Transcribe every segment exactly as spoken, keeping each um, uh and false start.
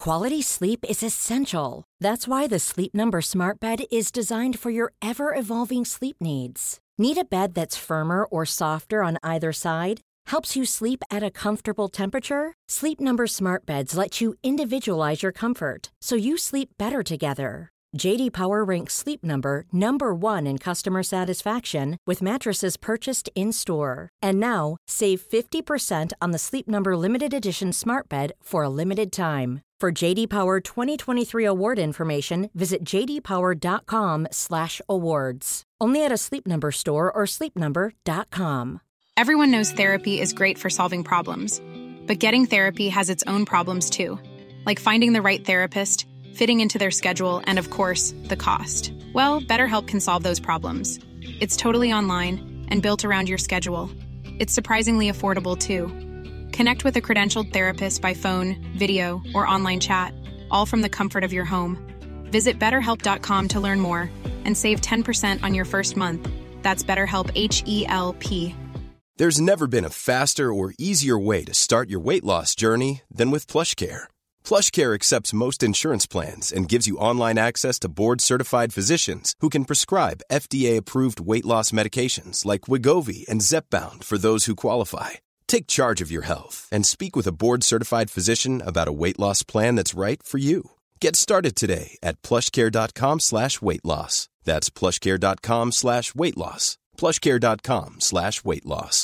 Quality sleep is essential. That's why the Sleep Number Smart Bed is designed for your ever-evolving sleep needs. Need a bed that's firmer or softer on either side? Helps you sleep at a comfortable temperature? Sleep Number Smart Beds let you individualize your comfort, so you sleep better together. J D Power ranks Sleep Number number one in customer satisfaction with mattresses purchased in-store. And now, save fifty percent on the Sleep Number Limited Edition Smart Bed for a limited time. For J D Power twenty twenty-three award information, visit j d power dot com slash awards. Only at a Sleep Number store or sleep number dot com. Everyone knows therapy is great for solving problems, but getting therapy has its own problems too, like finding the right therapist, fitting into their schedule, and of course, the cost. Well, BetterHelp can solve those problems. It's totally online and built around your schedule. It's surprisingly affordable too. Connect with a credentialed therapist by phone, video, or online chat, all from the comfort of your home. Visit better help dot com to learn more and save ten percent on your first month. That's BetterHelp, H E L P. There's never been a faster or easier way to start your weight loss journey than with PlushCare. PlushCare accepts most insurance plans and gives you online access to board-certified physicians who can prescribe F D A-approved weight loss medications like Wegovy and Zepbound for those who qualify. Take charge of your health and speak with a board-certified physician about a weight loss plan that's right for you. Get started today at plushcare.com slash weight loss. That's plushcare.com slash weight loss. plushcare.com slash weight loss.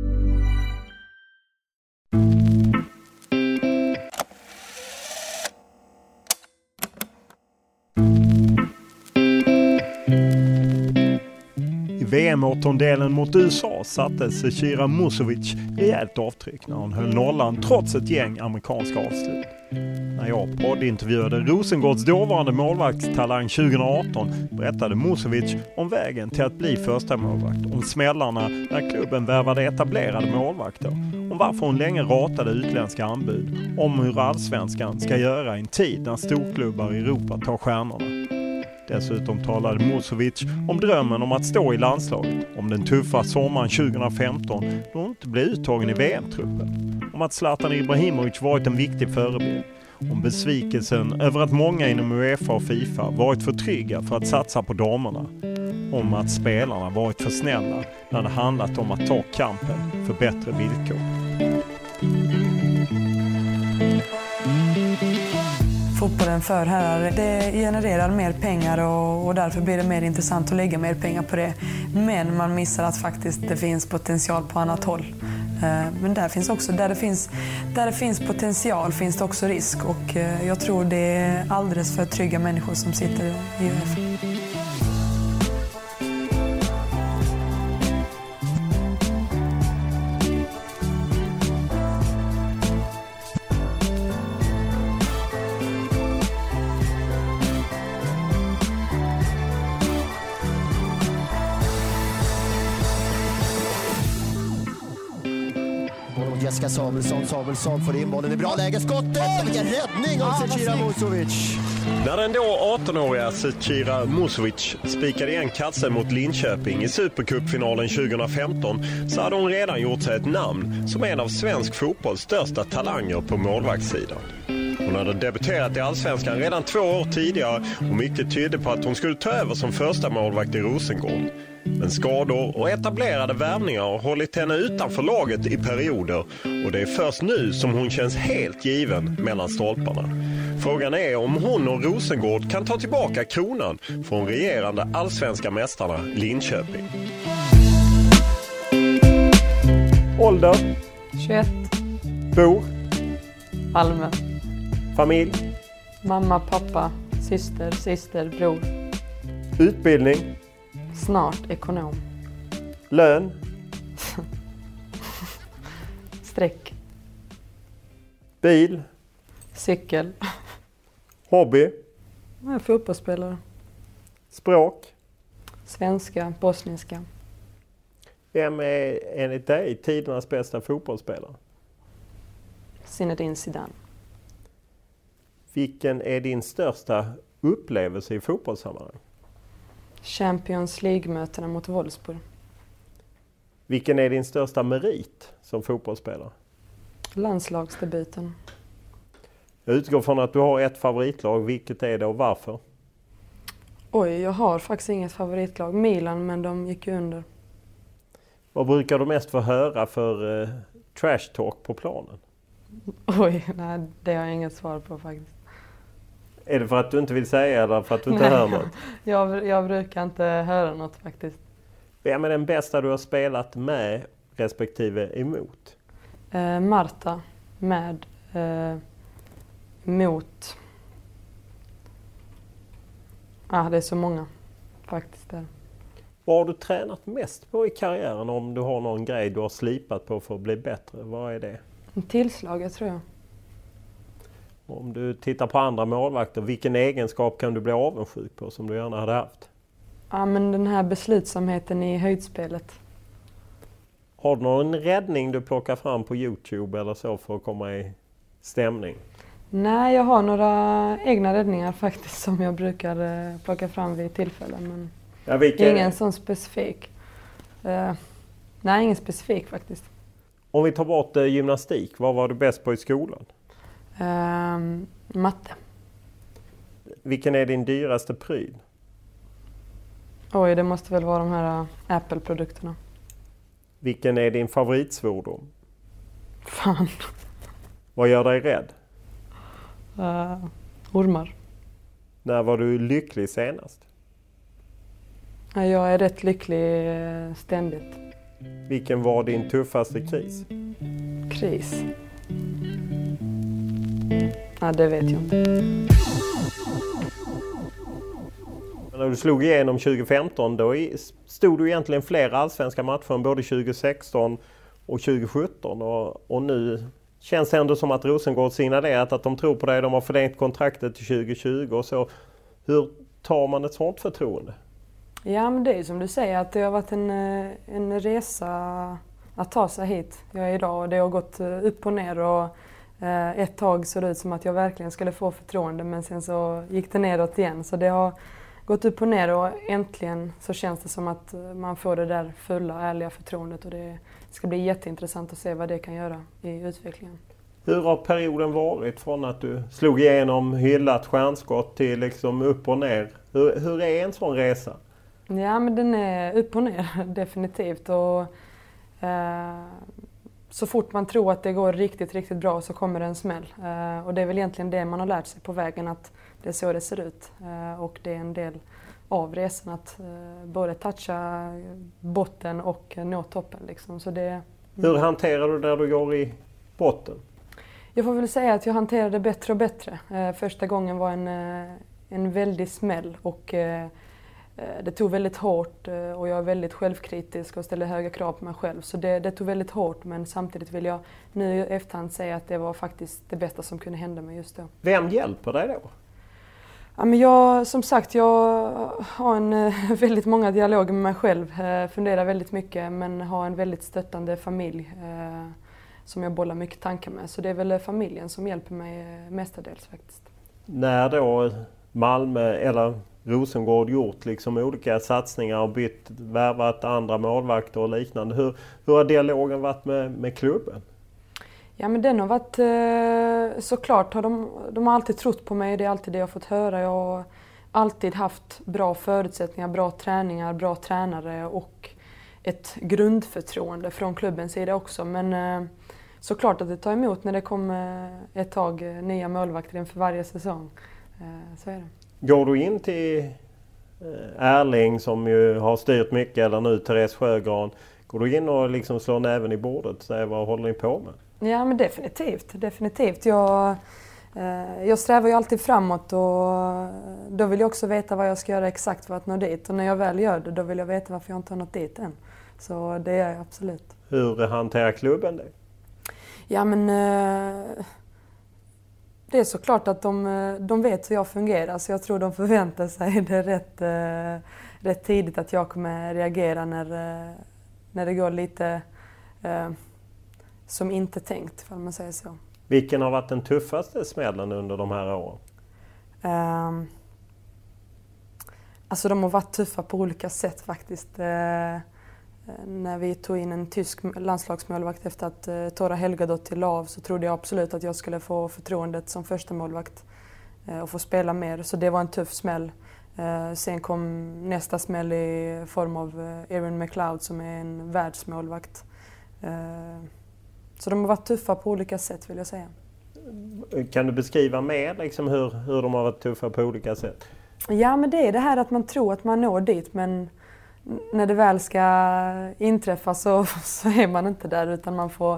I V M-åttondelen mot U S A satte Zecira Musovic rejält avtryck när hon höll nollan trots ett gäng amerikanska avslut. När jag poddintervjuade Rosengårds dåvarande målvaktstalang tjugo arton berättade Musovic om vägen till att bli första målvakt, om smällarna när klubben värvade etablerade målvakter, om varför hon länge ratade utländska anbud, om hur allsvenskan ska göra i en tid när storklubbar i Europa tar stjärnorna. Dessutom talade Musovic om drömmen om att stå i landslaget, om den tuffa sommaren tjugo femton då hon inte blev uttagen i V M-truppen, om att Zlatan Ibrahimovic varit en viktig förebild, om besvikelsen över att många inom UEFA och FIFA varit för trygga för att satsa på damerna, om att spelarna varit för snälla när det handlat om att ta kampen för bättre villkor. Fotbollen för herrar, det genererar mer pengar och, och därför blir det mer intressant att lägga mer pengar på det. Men man missar att faktiskt det finns potential på annat håll. Men där finns också, där det finns, där det finns potential finns det också risk, och jag tror det är alldeles för trygga människor som sitter i U E F. Jessica Samuelsson, Samuelsson får in bollen i bra läge, skottet, vilken räddning av Zecira Musovic. När den då arton-åriga Zecira Musovic spikade igen kassen mot Linköping i Supercupfinalen tjugo femton så hade hon redan gjort sig ett namn som en av svensk fotbolls största talanger på målvaktssidan. Hon hade debuterat i Allsvenskan redan två år tidigare och mycket tydde på att hon skulle ta över som första målvakt i Rosengård. Men skador och etablerade värvningar har hållit henne utanför laget i perioder, och det är först nu som hon känns helt given mellan stolparna. Frågan är om hon och Rosengård kan ta tillbaka kronan från regerande allsvenska mästarna Linköping. Ålder? tjugoett. Bor? Malmö. Familj? Mamma, pappa, syster, syster, bror. Utbildning? Snart ekonom. Lön? Streck. Bil? Cykel. Hobby? Jag är fotbollsspelare. Språk? Svenska, bosniska. Vem är enligt dig tidernas bästa fotbollsspelare? Zinedine Zidane. Vilken är din största upplevelse i fotbollssammanhang? Champions League-mötena mot Wolfsburg. Vilken är din största merit som fotbollsspelare? Landslagsdebuten. Jag utgår från att du har ett favoritlag. Vilket är det och varför? Oj, jag har faktiskt inget favoritlag. Milan, men de gick ju under. Vad brukar du mest få höra för eh, trash talk på planen? Oj, nej, det har jag inget svar på faktiskt. Är det för att du inte vill säga eller för att du inte nej, hör något? Jag, jag brukar inte höra något faktiskt. Vem är den bästa du har spelat med respektive emot? Eh, Marta med eh, mot... Ah, det är så många faktiskt. Där. Vad har du tränat mest på i karriären om du har någon grej du har slipat på för att bli bättre? Vad är det? En tillslag, tror jag. Om du tittar på andra målvakter, vilken egenskap kan du bli avundsjuk på som du gärna hade haft? Ja, men den här beslutsamheten i höjdspelet. Har du någon räddning du plockar fram på YouTube eller så för att komma i stämning? Nej, jag har några egna räddningar faktiskt som jag brukar eh, plocka fram vid tillfällen. Men ja, vilka ingen sån specifik. Uh, nej, ingen specifik faktiskt. Om vi tar bort eh, gymnastik, vad var du bäst på i skolan? Uh, matte. Vilken är din dyraste pryl? Oj, det måste väl vara de här uh, Apple-produkterna. Vilken är din favoritsvordom? Fan. Vad gör dig rädd? Uh, ormar. När var du lycklig senast? Uh, jag är rätt lycklig uh, ständigt. Vilken var din tuffaste kris? Kris? Ja, det vet jag inte. När du slog igenom tjugo femton då stod du egentligen fler allsvenska matcher än både tjugo sexton och tjugo sjutton. Och, och nu känns det ändå som att Rosengård signalerat att de tror på dig. De har förlängt kontraktet till tjugo tjugo och så. Hur tar man ett sånt förtroende? Ja, men det är som du säger att det har varit en, en resa att ta sig hit jag är idag. Och det har gått upp och ner och eh, ett tag såg det ut som att jag verkligen skulle få förtroende men sen så gick det neråt igen. Så det har gått upp och ner och äntligen så känns det som att man får det där fulla, ärliga förtroendet och det ska bli jätteintressant att se vad det kan göra i utvecklingen. Hur har perioden varit från att du slog igenom hyllat stjärnskott till liksom upp och ner? Hur, hur är en sån resa? Ja, men den är upp och ner definitivt och eh, så fort man tror att det går riktigt, riktigt bra så kommer det en smäll. Eh, och det är väl egentligen det man har lärt sig på vägen att det är så det ser ut eh, och det är en del av resan att eh, både toucha botten och nå toppen liksom. Så det, mm. Hur hanterar du där du går i botten? Jag får väl säga att jag hanterade det bättre och bättre. Eh, första gången var en, eh, en väldig smäll och eh, det tog väldigt hårt och jag är väldigt självkritisk och ställer höga krav på mig själv. Så det, det tog väldigt hårt men samtidigt vill jag nu i efterhand säga att det var faktiskt det bästa som kunde hända mig just då. Vem hjälper dig då? Ja, men jag, som sagt, jag har en, väldigt många dialoger med mig själv. Funderar väldigt mycket men har en väldigt stöttande familj eh, som jag bollar mycket tankar med. Så det är väl familjen som hjälper mig mestadels faktiskt. När då Malmö eller Rosengård gjort liksom olika satsningar och bytt, värvat andra målvakter och liknande. Hur, hur har dialogen varit med, med klubben? Ja, men den har varit eh, såklart. Har de, de har alltid trott på mig. Det är alltid det jag har fått höra. Jag har alltid haft bra förutsättningar, bra träningar, bra tränare och ett grundförtroende från klubbens sida också. Men eh, såklart att det tar emot när det kommer ett tag nya målvakter inför varje säsong. Eh, så är det. Går du in till Erling som ju har styrt mycket eller nu Therese Sjögran, går du in och liksom slår näven i bordet och säger vad håller ni på med? Ja, men definitivt. definitivt. Jag, eh, jag strävar ju alltid framåt och då vill jag också veta vad jag ska göra exakt för att nå dit. Och när jag väl gör det då vill jag veta varför jag inte har nått dit än. Så det är jag absolut. Hur hanterar klubben det? Ja, men eh, det är såklart att de, de vet hur jag fungerar så jag tror de förväntar sig det rätt, eh, rätt tidigt att jag kommer reagera när, eh, när det går lite eh, som inte tänkt, för man säger så. Vilken har varit den tuffaste smällen under de här åren? Eh, alltså de har varit tuffa på olika sätt faktiskt. Eh, när vi tog in en tysk landslagsmålvakt efter att uh, Tora Helgadottir la av, så trodde jag absolut att jag skulle få förtroendet som första målvakt uh, och få spela mer. Så det var en tuff smäll. Uh, sen kom nästa smäll i form av uh, Aaron McLeod som är en världsmålvakt. Uh, så de har varit tuffa på olika sätt, vill jag säga. Kan du beskriva mer liksom hur, hur de har varit tuffa på olika sätt? Ja, men det är det här att man tror att man når dit, men när det väl ska inträffa så, så är man inte där, utan man får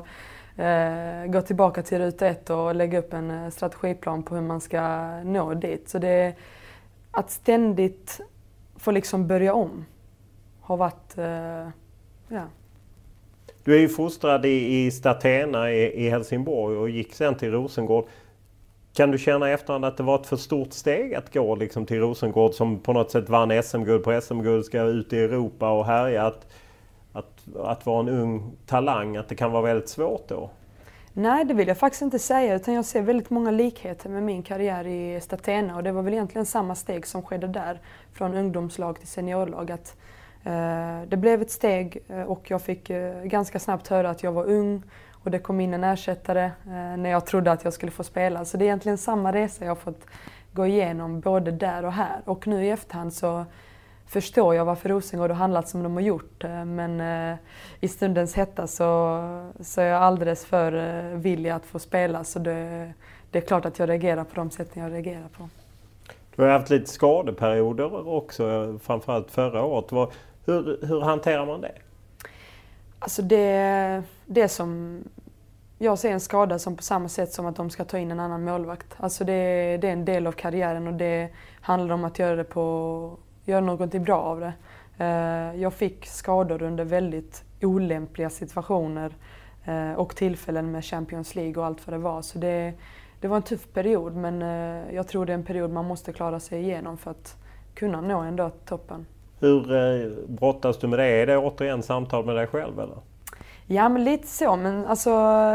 eh, gå tillbaka till ruta ett och lägga upp en strategiplan på hur man ska nå dit. Så det är att ständigt få liksom börja om har varit, eh, ja. Du är ju fostrad i, i Statena i, i Helsingborg och gick sen till Rosengård. Kan du känna efterhand att det var ett för stort steg att gå liksom till Rosengård som på något sätt vann S M-guld på S M-guld, ska ut i Europa och härja, att, att, att vara en ung talang, att det kan vara väldigt svårt då? Nej, det vill jag faktiskt inte säga, utan jag ser väldigt många likheter med min karriär i Statena, och det var väl egentligen samma steg som skedde där, från ungdomslag till seniorlag. Att, eh, det blev ett steg och jag fick eh, ganska snabbt höra att jag var ung. Och det kom in en ersättare eh, när jag trodde att jag skulle få spela. Så det är egentligen samma resa jag har fått gå igenom både där och här. Och nu i efterhand så förstår jag varför Rosengård har handlat som de har gjort. Eh, men eh, i stundens hetta så, så är jag alldeles för eh, villig att få spela. Så det, det är klart att jag reagerar på de sätten jag reagerar på. Du har haft lite skadeperioder också, framförallt förra året. Hur, hur hanterar man det? Alltså det, det som jag ser en skada som på samma sätt som att de ska ta in en annan målvakt. Alltså det, det är en del av karriären och det handlar om att göra, det på, göra något bra av det. Jag fick skador under väldigt olämpliga situationer och tillfällen med Champions League och allt vad det var. Så det, det var en tuff period, men jag tror det är en period man måste klara sig igenom för att kunna nå ändå toppen. Hur eh, brottas du med det? Är det återigen samtal med dig själv eller? Ja, men lite så. Men alltså,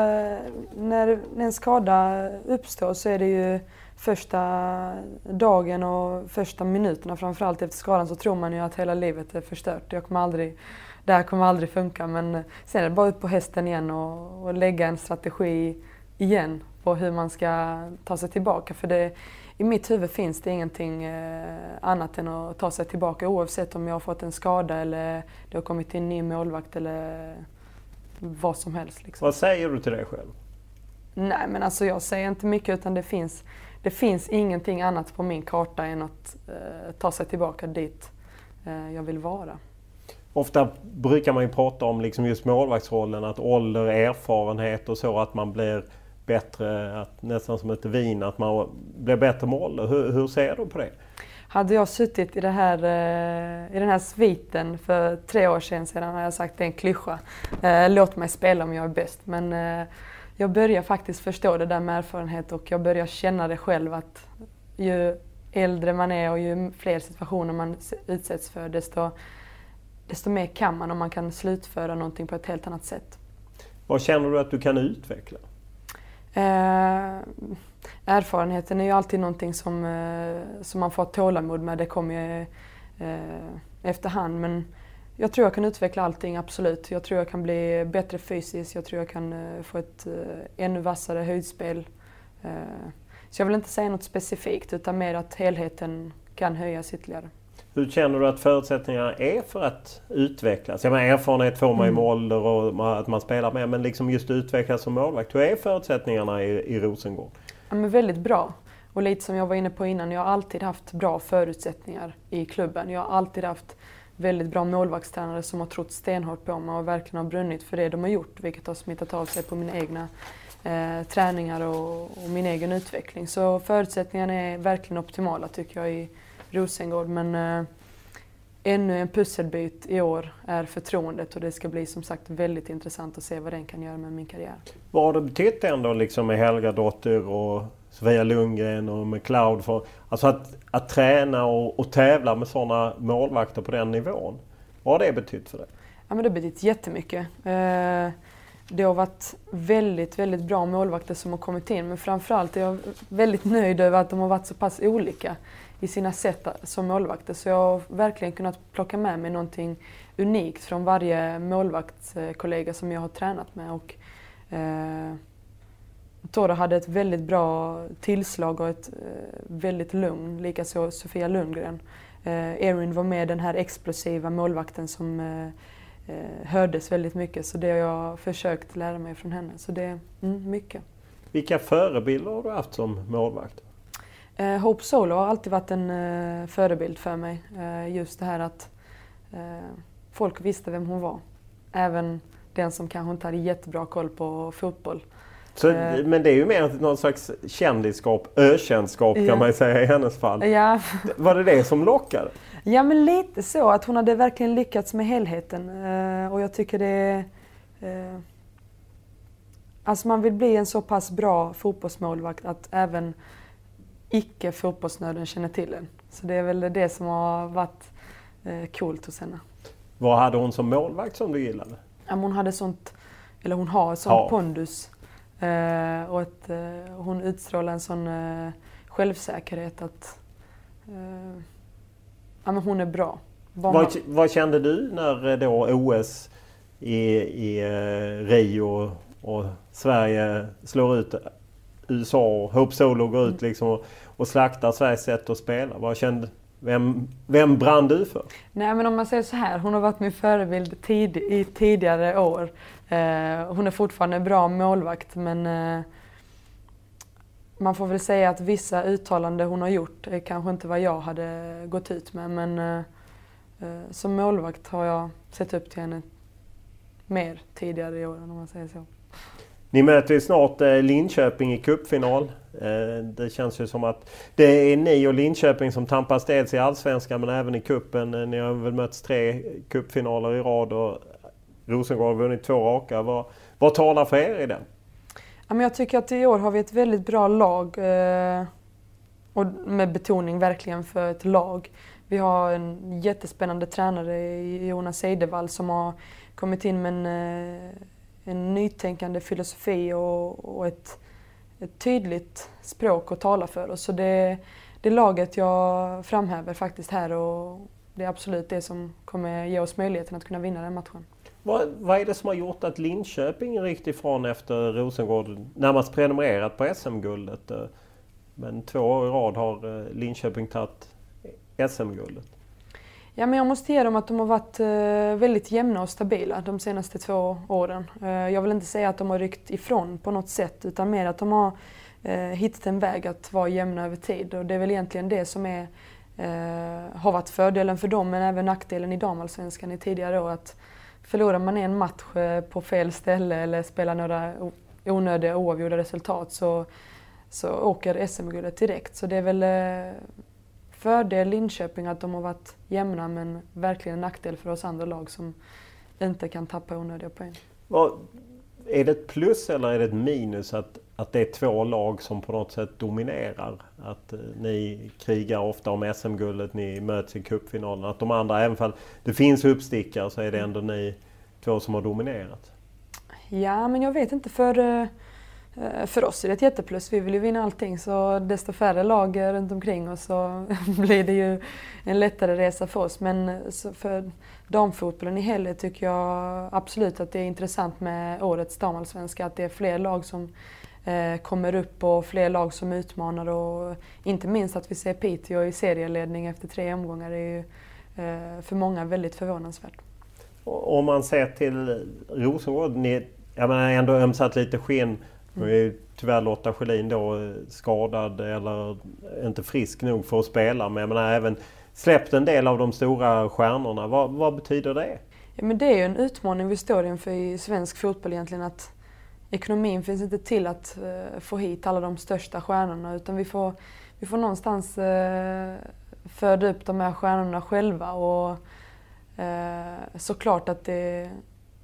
när, när en skada uppstår så är det ju första dagen och första minuterna framförallt efter skadan, så tror man ju att hela livet är förstört. Jag kommer aldrig, det här kommer aldrig funka, men sen är det bara upp på hästen igen och, och lägga en strategi igen på hur man ska ta sig tillbaka. För det, i mitt huvud finns det ingenting eh, annat än att ta sig tillbaka, oavsett om jag har fått en skada eller det har kommit in en ny målvakt eller vad som helst. Liksom. Vad säger du till dig själv? Nej, men alltså jag säger inte mycket, utan det finns, det finns ingenting annat på min karta än att eh, ta sig tillbaka dit eh, jag vill vara. Ofta brukar man ju prata om liksom just målvaktsrollen, att ålder, erfarenhet och så, att man blir bättre, att, nästan som ett vin, att man blir bättre med ålder. Hur, hur ser du på det? Hade jag suttit i, det här, i den här sviten för tre år sedan, sedan hade jag sagt att det är en klyscha. Låt mig spela om jag är bäst. Men jag börjar faktiskt förstå det där med erfarenhet, och jag börjar känna det själv att ju äldre man är och ju fler situationer man utsätts för, desto, desto mer kan man, och man kan slutföra någonting på ett helt annat sätt. Vad känner du att du kan utveckla? Eh, erfarenheten är ju alltid någonting som, eh, som man får tålamod med. Det kommer ju eh, efterhand, men jag tror jag kan utveckla allting, absolut. Jag tror jag kan bli bättre fysiskt, jag tror jag kan eh, få ett eh, ännu vassare höjdspel. Eh, så jag vill inte säga något specifikt, utan mer att helheten kan höjas ytterligare. Hur känner du att förutsättningarna är för att utvecklas? Jag menar, erfarenhet får man i mm. ålder och att man spelar med, men liksom just utvecklas som målvakt. Hur är förutsättningarna i, i Rosengård? Ja, men väldigt bra. Och lite som jag var inne på innan, jag har alltid haft bra förutsättningar i klubben. Jag har alltid haft väldigt bra målvaktstränare som har trott stenhårt på mig och verkligen har brunnit för det de har gjort, vilket har smittat av sig på mina egna eh, träningar och, och min egen utveckling. Så förutsättningarna är verkligen optimala, tycker jag, i Rosengård, men eh, ännu en pusselbit i år är förtroendet, och det ska bli som sagt väldigt intressant att se vad den kan göra med min karriär. Vad har det betytt ändå liksom med Helgadottir och Sofia Lundgren och McLeod för, alltså att, att träna och, och tävla med sådana målvakter på den nivån? Vad har det betytt för dig? Ja, men det har betytt jättemycket. Eh, det har varit väldigt, väldigt bra målvakter som har kommit in. Men framförallt är jag väldigt nöjd över att de har varit så pass olika i sina sätt som målvakter. Så jag har verkligen kunnat plocka med mig någonting unikt från varje målvaktskollega som jag har tränat med. Och, eh, Tore hade ett väldigt bra tillslag och ett eh, väldigt lugn, likaså Sofia Lundgren. Eh, Erin var med, den här explosiva målvakten som eh, eh, hördes väldigt mycket, så det har jag försökt lära mig från henne. Så det är mm, mycket. Vilka förebilder har du haft som målvakt? Eh, Hope Solo har alltid varit en eh, förebild för mig. Eh, just det här att eh, folk visste vem hon var. Även den som kanske inte hade jättebra koll på fotboll. Så, men det är ju mer någon slags kändisskap, ökändskap ja. kan man säga i hennes fall. Ja. Var det det som lockade? Ja, men lite så. Att hon hade verkligen lyckats med helheten. Uh, och jag tycker det är... Uh, alltså man vill bli en så pass bra fotbollsmålvakt att även icke-fotbollsnöden känner till den. Så det är väl det som har varit uh, coolt hos henne. Vad hade hon som målvakt som du gillade? Ja, hon hade sånt... Eller hon har sånt ja. pondus. Uh, och ett, uh, hon utstrålar en sån uh, självsäkerhet att uh, ja, men hon är bra. Vad, vad kände du när då O S i, i uh, Rio och Sverige slår ut U S A och Hope Solo går ut liksom och, och slaktar Sveriges sätt att spela? Vad kände, vem, vem brann du för? Nej, men om man säger så här, hon har varit min förebild tid, i tidigare år. Uh, hon är fortfarande en bra målvakt, men uh, man får väl säga att vissa uttalanden hon har gjort är kanske inte vad jag hade gått ut med. Men uh, uh, som målvakt har jag sett upp till henne mer tidigare i år, om man säger så. Ni möter ju snart eh, Linköping i cupfinal. Eh, det känns ju som att det är ni och Linköping som tampas dels i Allsvenskan men även i kuppen. Eh, ni har väl mötts tre cupfinaler i rad och Rosengård har vunnit två raka. Vad, vad talar för er i den? Ja, men jag tycker att i år har vi ett väldigt bra lag. Eh, och med betoning verkligen för ett lag. Vi har en jättespännande tränare, Jonas Eidevall, som har kommit in med en, en nytänkande filosofi och, och ett, ett tydligt språk att tala för oss. Så det, det laget jag framhäver faktiskt här, och det är absolut det som kommer ge oss möjligheten att kunna vinna den matchen. Vad, vad är det som har gjort att Linköping ryckte ifrån efter Rosengård närmast prenumererat på S M-guldet? Men två år i rad har Linköping tagit S M-guldet. Ja, men jag måste ge dem att de har varit väldigt jämna och stabila de senaste två åren. Jag vill inte säga att de har ryckt ifrån på något sätt, utan mer att de har hittat en väg att vara jämna över tid. Och det är väl egentligen det som är, har varit fördelen för dem, men även nackdelen i damallsvenskan i tidigare år. Att förlorar man en match på fel ställe eller spelar några onödiga oavgjorda resultat så, så åker S M-guldet direkt. Så det är väl fördel Linköping att de har varit jämna, men verkligen en nackdel för oss andra lag som inte kan tappa onödiga poäng. Vad, är det ett plus eller är det ett minus att, att det är två lag som på något sätt dominerar? Att eh, ni krigar ofta om S M-guldet, ni möts i cupfinalen. Att de andra, även om det finns uppstickare, så är det ändå ni två som har dominerat. Ja, men jag vet inte. För, för oss är det ett jätteplus. Vi vill ju vinna allting, så desto färre lag runt omkring oss så blir det ju en lättare resa för oss. Men för damfotbollen i helhet tycker jag absolut att det är intressant med årets damallsvenska. Att det är fler lag som eh, kommer upp och fler lag som utmanar. Och inte minst att vi ser Piteå i serieledning efter tre omgångar är ju eh, för många väldigt förvånansvärt. Om man ser till Rosengård, ni jag menar, ändå ömsat lite skinn. Nu är ju tyvärr Lotta Schelin då skadad eller inte frisk nog för att spela. Men jag menar, även släppt en del av de stora stjärnorna. Vad, vad betyder det? Ja, men det är ju en utmaning vi står inför i svensk fotboll egentligen. Att ekonomin finns inte till att uh, få hit alla de största stjärnorna. Utan vi får, vi får någonstans uh, föda upp de här stjärnorna själva. Och uh, såklart att det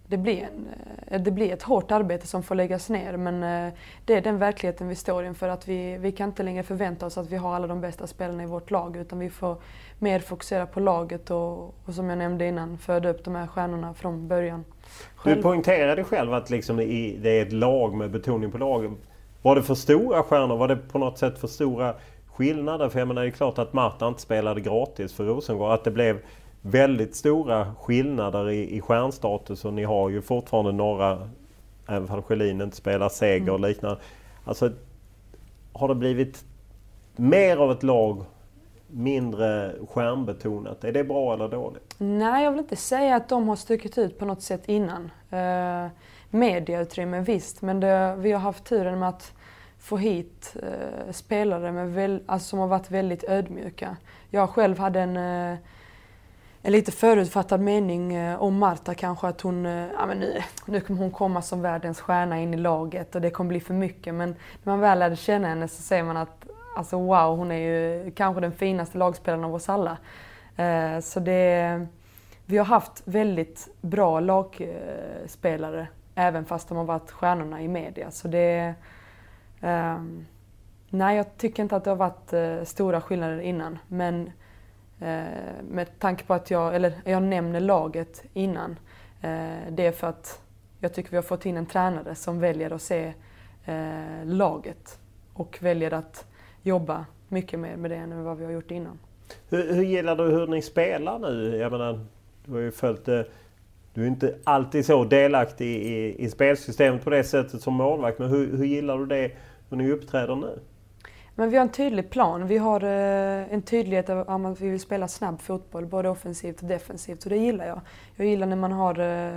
det blir, en, det blir ett hårt arbete som får läggas ner, men det är den verkligheten vi står inför, att vi, vi kan inte längre förvänta oss att vi har alla de bästa spelarna i vårt lag, utan vi får mer fokusera på laget och, och som jag nämnde innan, föda upp de här stjärnorna från början. Själv. Du poängterade själv att liksom i, det är ett lag med betoning på lagen. Var det för stora stjärnor? Var det på något sätt för stora skillnader? För jag menar, det är klart att Marta inte spelade gratis för Rosengård. Att det blev väldigt stora skillnader i, i stjärnstatus, och ni har ju fortfarande några, även om Schelin inte spelar, Seger och liknande. Alltså, har det blivit mer av ett lag, mindre stjärnbetonat? Är det bra eller dåligt? Nej, jag vill inte säga att de har stuckit ut på något sätt innan. Eh, mediautrymme visst, men det, vi har haft turen med att få hit eh, spelare med väl, alltså, som har varit väldigt ödmjuka. Jag själv hade en, eh, en lite förutfattad mening eh, om Marta kanske, att hon, eh, ja, men nu, nu kommer hon komma som världens stjärna in i laget och det kommer bli för mycket. Men när man väl lärde känna henne så säger man att alltså, wow, hon är ju kanske den finaste lagspelaren av oss alla. Eh, så det, vi har haft väldigt bra lagspelare, eh, även fast de har varit stjärnorna i media. Så det, eh, nej, jag tycker inte att det har varit eh, stora skillnader innan. Men eh, med tanke på att jag, eller jag nämner laget innan, eh, det är för att jag tycker vi har fått in en tränare som väljer att se eh, laget och väljer att jobba mycket mer med det än vad vi har gjort innan. Hur, hur gillar du hur ni spelar nu? Jag menar, du har ju följt det. Du är inte alltid så delaktig i, i, i spelsystemet på det sättet som målvakt, men hur, hur gillar du det hur ni uppträder nu? Men vi har en tydlig plan. Vi har eh, en tydlighet av att vi vill spela snabb fotboll, både offensivt och defensivt, och det gillar jag. Jag gillar när man har eh,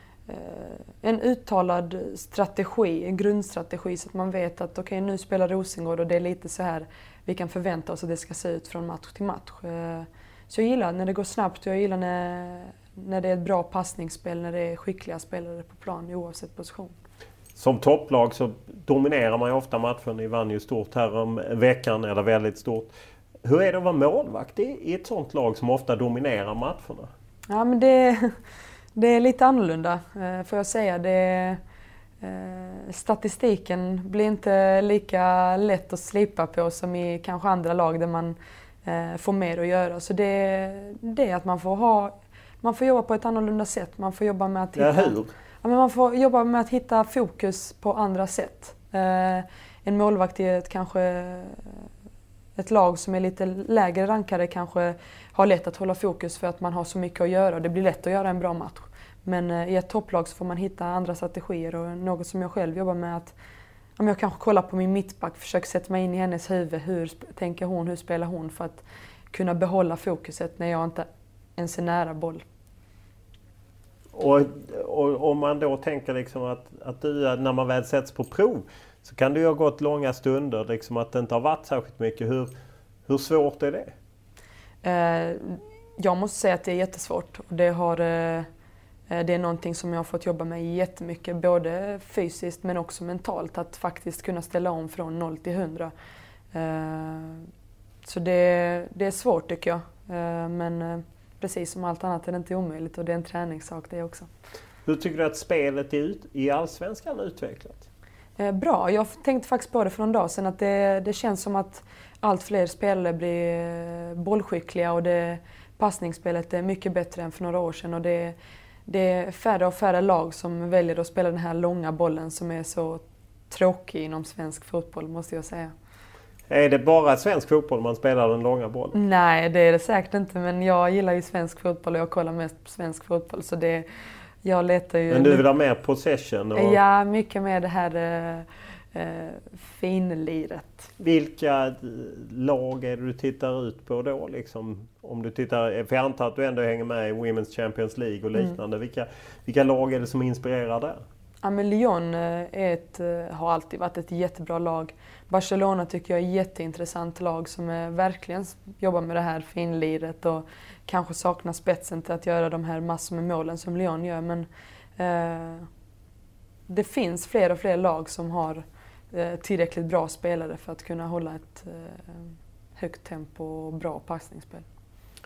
en uttalad strategi, en grundstrategi, så att man vet att okej, okay, nu spelar Rosengård och det är lite så här vi kan förvänta oss att det ska se ut från match till match. Så jag gillar när det går snabbt, och jag gillar när, när det är ett bra passningsspel, när det är skickliga spelare på plan oavsett position. Som topplag så dominerar man ju ofta matchen. Ni vann ju stort här om veckan, eller väldigt stort. Hur är det att vara målvakt i, i ett sånt lag som ofta dominerar matcherna? Ja, men det, det är lite annorlunda, får jag säga. Det, statistiken blir inte lika lätt att slipa på som i kanske andra lag där man får mer att göra. Så det, det är att man får, ha, man får jobba på ett annorlunda sätt. Man får jobba med att hitta... Ja, hur? Ja, men man får jobba med att hitta fokus på andra sätt. Eh, en målvakt i ett, kanske, ett lag som är lite lägre rankade kanske har lätt att hålla fokus för att man har så mycket att göra. Det blir lätt att göra en bra match. Men eh, i ett topplag så får man hitta andra strategier, och något som jag själv jobbar med, att om jag kanske kollar på min mittback, försöker sätta mig in i hennes huvud. Hur tänker hon, hur spelar hon, för att kunna behålla fokuset när jag inte ens är nära boll. Och, och om man då tänker liksom att, att du, när man väl sätts på prov, så kan det ju ha gått långa stunder, liksom att det inte har varit särskilt mycket. Hur, hur svårt är det? Eh, jag måste säga att det är jättesvårt. Det, har, eh, det är någonting som jag har fått jobba med jättemycket, både fysiskt men också mentalt, att faktiskt kunna ställa om från noll till hundra. Eh, så det, det är svårt tycker jag, eh, men eh, precis som allt annat är det inte omöjligt, och det är en träningssak det också. Hur tycker du att spelet i, i Allsvenskan utvecklat? Eh, bra, jag tänkte faktiskt på det för någon dag sedan, att det, det känns som att allt fler spelare blir bollskickliga, och det, passningsspelet är mycket bättre än för några år sedan, och det, det är färre och färre lag som väljer att spela den här långa bollen som är så tråkig inom svensk fotboll, måste jag säga. Är det bara svensk fotboll man spelar den långa bollen? Nej, det är det säkert inte, men jag gillar ju svensk fotboll och jag kollar mest på svensk fotboll, så det, jag letar ju... Men du vill ha mer possession? Och... Ja, mycket mer det här äh, äh, finliret. Vilka lag är det du tittar ut på då? Liksom, om du tittar, för jag antar att du ändå hänger med i Women's Champions League och liknande. Mm. Vilka, vilka lag är det som inspirerar där? Ja, men Lyon är ett, har alltid varit ett jättebra lag. Barcelona tycker jag är ett jätteintressant lag som är, verkligen jobbar med det här finliret och kanske saknar spetsen till att göra de här massor med målen som Lyon gör. Men eh, det finns fler och fler lag som har eh, tillräckligt bra spelare för att kunna hålla ett eh, högt tempo och bra passningsspel.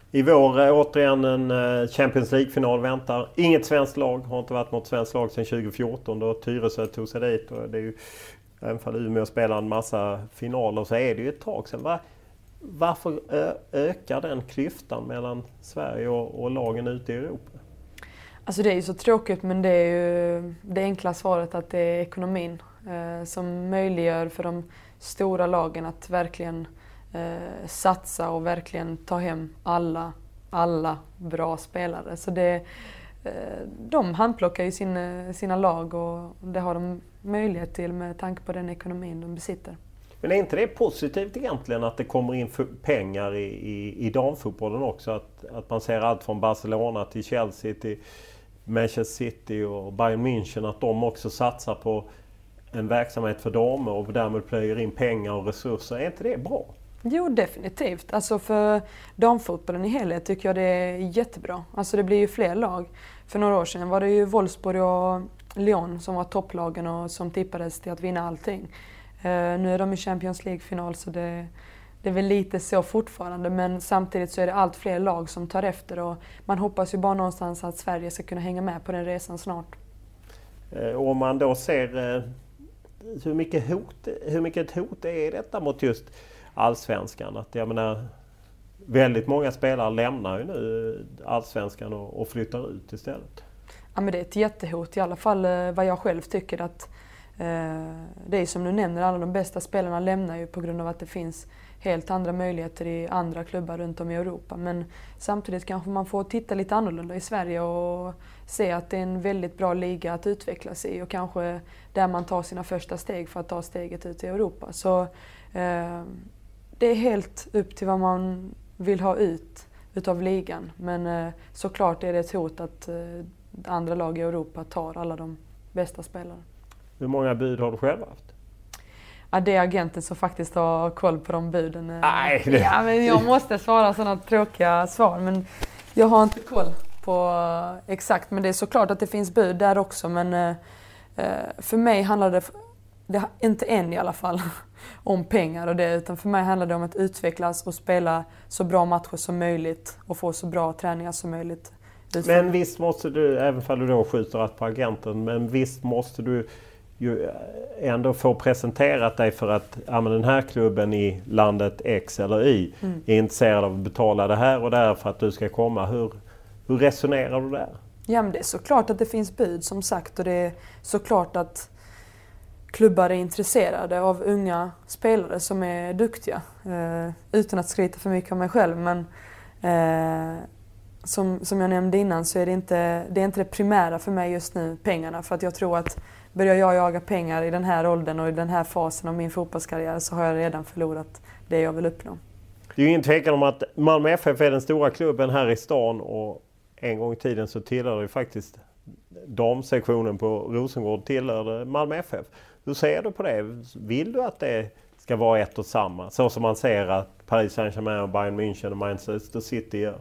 I vår äh, återigen en äh, Champions League-final väntar. Inget svenskt lag, har inte varit något svenskt lag sedan tjugo fjorton då Tyresö tog sig dit. Och det är ju, även om Umeå spelar en massa finaler så är det ju ett tag sedan. Va? Varför ö- ökar den klyftan mellan Sverige och, och lagen ute i Europa? Alltså det är ju så tråkigt, men det är ju det enkla svaret att det är ekonomin eh, som möjliggör för de stora lagen att verkligen eh, satsa och verkligen ta hem alla, alla bra spelare. Så det, eh, de handplockar ju sina, sina lag och det har de möjlighet till med tanke på den ekonomin de besitter. Men är inte det positivt egentligen att det kommer in pengar i, i, i damfotbollen också? Att, att man ser allt från Barcelona till Chelsea till Manchester City och Bayern München, att de också satsar på en verksamhet för damer och därmed plöjer in pengar och resurser. Är inte det bra? Jo, definitivt. Alltså för damfotbollen i helhet tycker jag det är jättebra. Alltså det blir ju fler lag. För några år sedan var det ju Wolfsburg och Lyon som var topplagen och som tippades till att vinna allting. Uh, nu är de i Champions League-final så det, det är väl lite så fortfarande, men samtidigt så är det allt fler lag som tar efter och man hoppas ju bara någonstans att Sverige ska kunna hänga med på den resan snart. Uh, om man då ser uh, hur mycket hot, hur mycket ett hot är detta mot just allsvenskan? Att jag menar, väldigt många spelare lämnar ju nu allsvenskan och, och flyttar ut istället. Ja, men det är ett jättehot, i alla fall uh, vad jag själv tycker att det är som du nämner, alla de bästa spelarna lämnar ju på grund av att det finns helt andra möjligheter i andra klubbar runt om i Europa. Men samtidigt kanske man får titta lite annorlunda i Sverige och se att det är en väldigt bra liga att utvecklas i och kanske där man tar sina första steg för att ta steget ut i Europa. Så eh, det är helt upp till vad man vill ha ut utav ligan. Men eh, såklart är det ett hot att eh, andra lag i Europa tar alla de bästa spelarna. Hur många bud har du själv haft? Ja, det är agenten som faktiskt har koll på de buden. Nej, det... Ja, men jag måste svara sådana tråkiga svar, men jag har inte koll på exakt. Men det är såklart att det finns bud där också, men eh, för mig handlar det, det, inte än i alla fall, om pengar och det, utan för mig handlar det om att utvecklas och spela så bra matcher som möjligt och få så bra träningar som möjligt. Men visst måste du, även om du då skjuter rätt på agenten, men visst måste du ju ändå få presenterat dig för att ja, men den här klubben i landet X eller Y mm. är intresserad av att betala det här och där för att du ska komma. Hur, hur resonerar du där? Ja, men det är såklart att det finns bud som sagt och det är såklart att klubbar är intresserade av unga spelare som är duktiga. Eh, utan att skryta för mycket om mig själv, men eh, som, som jag nämnde innan så är det, inte, det är inte det primära för mig just nu, pengarna. För att jag tror att börjar jag jaga pengar i den här åldern och i den här fasen av min fotbollskarriär så har jag redan förlorat det jag vill uppnå. Det är ju ingen tvekan om att Malmö F F är den stora klubben här i stan och en gång i tiden så tillhörde ju faktiskt damsektionen på Rosengård tillhörde Malmö F F. Hur ser du på det? Vill du att det ska vara ett och samma? Så som man ser att Paris Saint-Germain och Bayern München och Manchester City gör.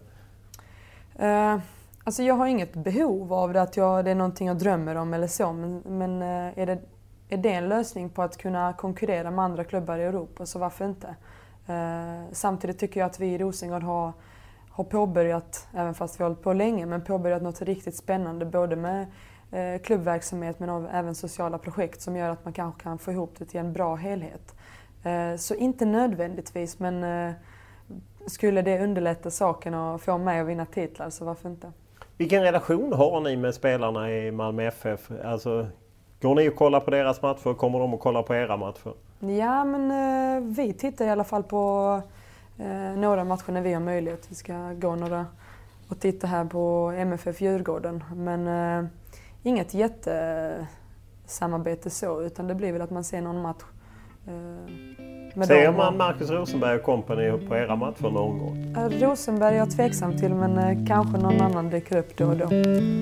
Uh, alltså jag har inget behov av det, att jag, det är någonting jag drömmer om eller så. Men, men uh, är, det, är det en lösning på att kunna konkurrera med andra klubbar i Europa, så varför inte? Uh, samtidigt tycker jag att vi i Rosengård har, har påbörjat, även fast vi har hållit på länge, men påbörjat något riktigt spännande. Både med uh, klubbverksamhet men av, även sociala projekt som gör att man kanske kan få ihop det till en bra helhet. Uh, så inte nödvändigtvis, men uh, skulle det underlätta saken och få mig att vinna titlar, så varför inte? Vilken relation har ni med spelarna i Malmö F F? Alltså, går ni och kollar på deras matcher? Kommer de att kolla på era matcher? Ja, men eh, vi tittar i alla fall på eh, några matcher när vi har möjlighet. Vi ska gå några och titta här på M F F Djurgården. Men eh, inget jättesamarbete så, utan det blir väl att man ser någon match. Eh, Ser man Marcus Rosenberg och company på era matcher någon gång? Rosenberg är jag tveksam till, men eh, kanske någon annan dyker upp då och då.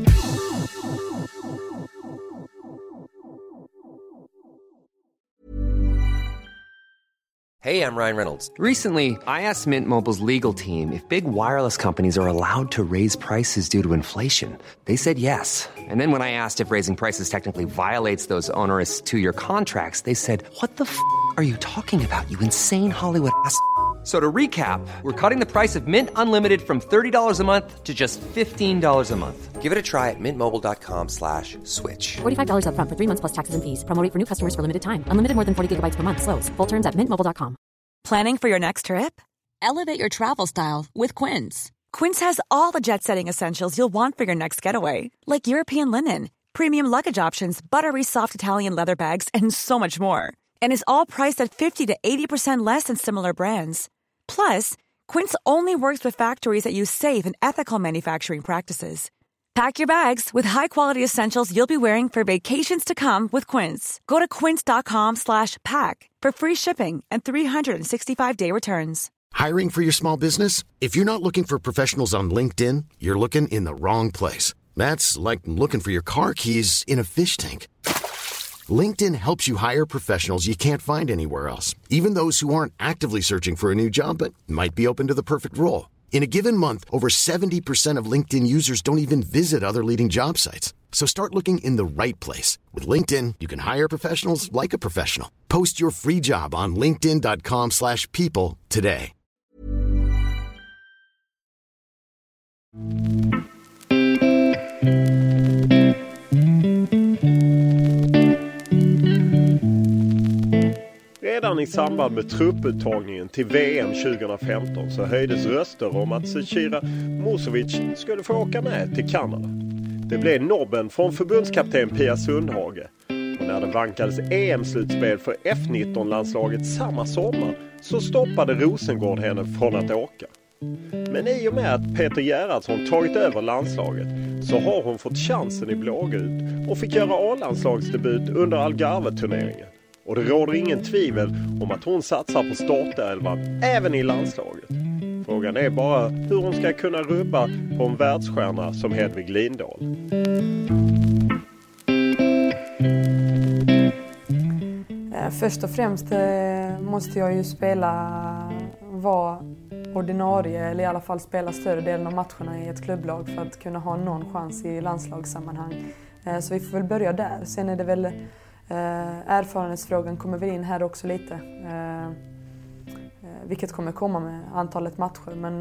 Hey, I'm Ryan Reynolds. Recently, I asked Mint Mobile's legal team if big wireless companies are allowed to raise prices due to inflation. They said yes. And then when I asked if raising prices technically violates those onerous two-year contracts, they said, what the f*** are you talking about, you insane Hollywood ass f- So to recap, we're cutting the price of Mint Unlimited from thirty dollars a month to just fifteen dollars a month. Give it a try at mintmobile.com slash switch. forty-five dollars up front for three months plus taxes and fees. Promo rate for new customers for limited time. Unlimited more than forty gigabytes per month. Slows full terms at mint mobile dot com. Planning for your next trip? Elevate your travel style with Quince. Quince has all the jet-setting essentials you'll want for your next getaway, like European linen, premium luggage options, buttery soft Italian leather bags, and so much more. And is all priced at fifty to eighty percent less than similar brands. Plus, Quince only works with factories that use safe and ethical manufacturing practices. Pack your bags with high-quality essentials you'll be wearing for vacations to come with Quince. Go to quince.com slash pack for free shipping and three sixty-five day returns. Hiring for your small business? If you're not looking for professionals on LinkedIn, you're looking in the wrong place. That's like looking for your car keys in a fish tank. LinkedIn helps you hire professionals you can't find anywhere else, even those who aren't actively searching for a new job but might be open to the perfect role. In a given month, over seventy percent of LinkedIn users don't even visit other leading job sites. So start looking in the right place. With LinkedIn, you can hire professionals like a professional. Post your free job on linkedin.com slash people today. Redan i samband med trupputtagningen till V M tjugo femton så höjdes röster om att Zecira Musovic skulle få åka med till Kanada. Det blev nobben från förbundskapten Pia Sundhage. Och när det vankades E M-slutspel för F nitton-landslaget samma sommar så stoppade Rosengård henne från att åka. Men i och med att Peter Gerhardsson tagit över landslaget så har hon fått chansen i blågult och fick göra A-landslagsdebut under Algarve-turneringen. Och det råder ingen tvivel om att hon satsar på startelvan även i landslaget. Frågan är bara hur hon ska kunna rubba på en världsstjärna som Hedvig Lindahl. Först och främst måste jag ju spela, vara ordinarie eller i alla fall spela större delen av matcherna i ett klubblag för att kunna ha någon chans i landslagssammanhang. Så vi får väl börja där. Sen är det väl erfarenhetsfrågan kommer vi in här också lite. Vilket kommer komma med antalet matcher. Men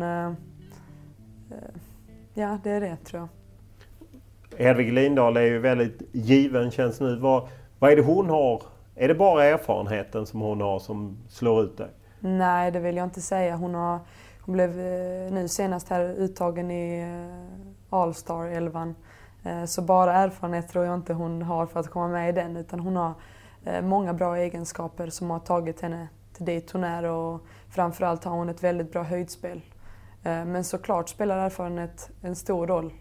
ja, det är det tror jag. Hedvig Lindahl är ju väldigt given känns nu. Vad, vad är det hon har? Är det bara erfarenheten som hon har som slår ut dig? Nej, det vill jag inte säga. Hon, har, hon blev nu senast här uttagen i All-Star-elvan. Så bara erfarenhet tror jag inte hon har för att komma med i den. Utan hon har många bra egenskaper som har tagit henne till dit hon är. Och framförallt har hon ett väldigt bra höjdspel. Men såklart spelar erfarenhet en stor roll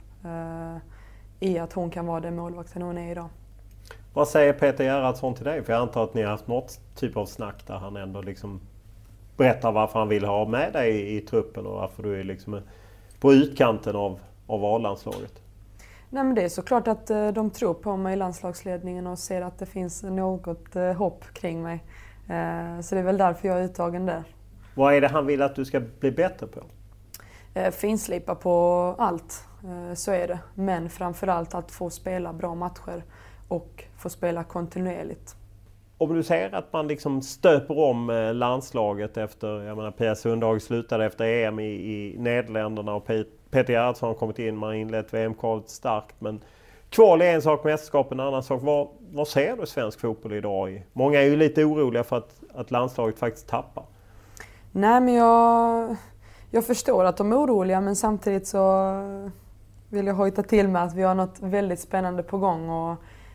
i att hon kan vara den målvakten hon är idag. Vad säger Peter Gerhardsson till dig? För jag antar att ni har haft något typ av snack där han ändå liksom berättar varför han vill ha med dig i, i truppen och varför du är liksom på utkanten av, av A-landslaget. Nej, men det är såklart att de tror på mig i landslagsledningen och ser att det finns något hopp kring mig. Så det är väl därför jag är uttagen där. Vad är det han vill att du ska bli bättre på? Finslipa på allt, så är det. Men framförallt att få spela bra matcher och få spela kontinuerligt. Om du säger att man liksom stöper om landslaget efter, jag menar Pia Sundhage slutade efter E M i, i Nederländerna och Peter Gerhardsson har kommit in, man har inlett V M-kvalet starkt, men kval är en sak, mästerskap en annan sak. Vad, vad ser du svensk fotboll idag i? Många är ju lite oroliga för att, att landslaget faktiskt tappar. Nej, men jag, jag förstår att de är oroliga, men samtidigt så vill jag hojta till med att vi har något väldigt spännande på gång och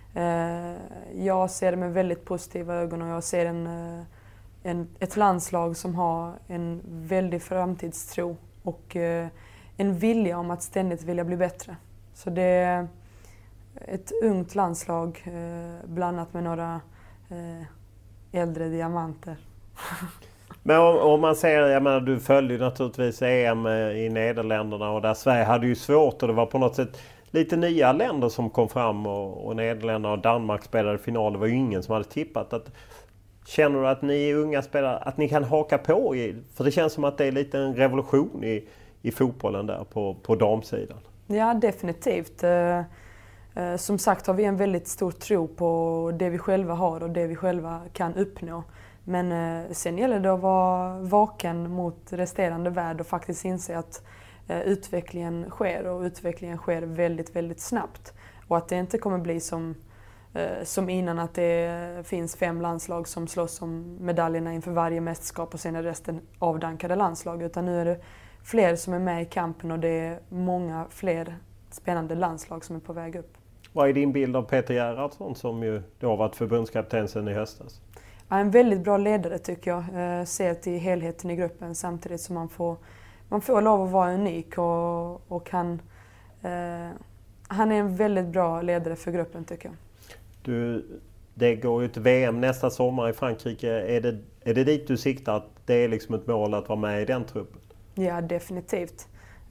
jag ser det med väldigt positiva ögon och jag ser en, en, ett landslag som har en väldig framtidstro och en vilja om att ständigt vilja bli bättre. Så det är ett ungt landslag blandat med några äldre diamanter. Men om, om man säger, jag menar, du följde naturligtvis E M i Nederländerna och där Sverige hade ju svårt och det var på något sätt lite nya länder som kom fram och, och Nederländerna och Danmark spelade final. Det var ju ingen som hade tippat. Att, känner du att ni unga spelare, att ni kan haka på? I, för det känns som att det är lite en revolution i, i fotbollen där på, på damsidan. Ja, definitivt. Eh, eh, som sagt har vi en väldigt stor tro på det vi själva har och det vi själva kan uppnå. Men eh, sen gäller det att vara vaken mot resterande värld och faktiskt inse att eh, utvecklingen sker och utvecklingen sker väldigt, väldigt snabbt. Och att det inte kommer bli som, eh, som innan, att det finns fem landslag som slåss om medaljerna inför varje mästerskap och sen är resten avdankade landslag. Utan nu är det fler som är med i kampen och det är många fler spännande landslag som är på väg upp. Vad är din bild av Peter Gerhardsson som ju då har varit förbundskapten sedan i höstas? Ja, en väldigt bra ledare tycker jag. Eh, ser till helheten i gruppen samtidigt som man får, man får lov att vara unik och, och han, eh, han är en väldigt bra ledare för gruppen tycker jag. Du, det går ju till V M nästa sommar i Frankrike. Är det, är det dit du siktar? Att det är liksom ett mål att vara med i den truppen? Ja, definitivt.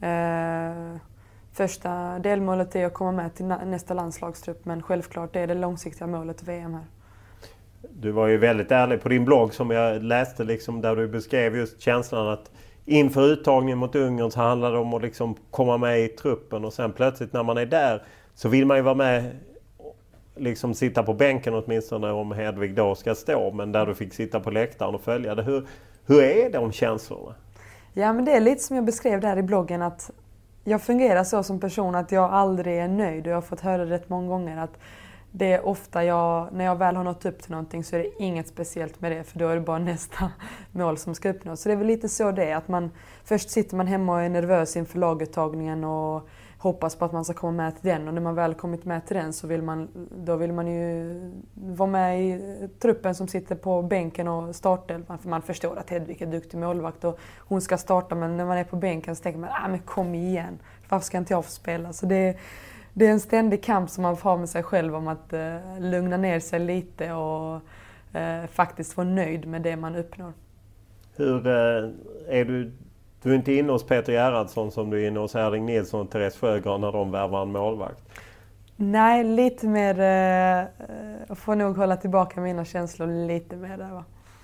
Eh, första delmålet är att komma med till nästa landslagstrupp, men självklart är det långsiktiga målet V M här. Du var ju väldigt ärlig på din blogg som jag läste liksom, där du beskrev just känslan att inför uttagningen mot Ungern så handlar det om att liksom komma med i truppen och sen plötsligt när man är där så vill man ju vara med, liksom sitta på bänken åtminstone om Hedvig då ska stå, men där du fick sitta på läktaren och följa det. Hur, hur är de känslorna? Ja, men det är lite som jag beskrev där i bloggen, att jag fungerar så som person att jag aldrig är nöjd och jag har fått höra rätt många gånger att det är ofta jag, när jag väl har nått upp till någonting så är det inget speciellt med det, för då är det bara nästa mål som ska uppnås. Så det är väl lite så det är, att man först sitter man hemma och är nervös inför laguttagningen och hoppas på att man ska komma med till den, och när man väl kommit med till den så vill man, då vill man ju vara med i truppen som sitter på bänken och startar, för man förstår att Hedvig är duktig målvakt och hon ska starta, men när man är på bänken så tänker man, ah men kom igen, varför ska inte jag få spela? Så det Det är en ständig kamp som man får ha med sig själv om att eh, lugna ner sig lite och eh, faktiskt vara nöjd med det man uppnår. Hur eh, är du, du är inte inne hos Peter Gerhardsson som du är inne hos Erling Nilsson och Therese Sjögran när de värvar en målvakt? Nej, lite mer, eh, jag får nog hålla tillbaka mina känslor lite mer där, va?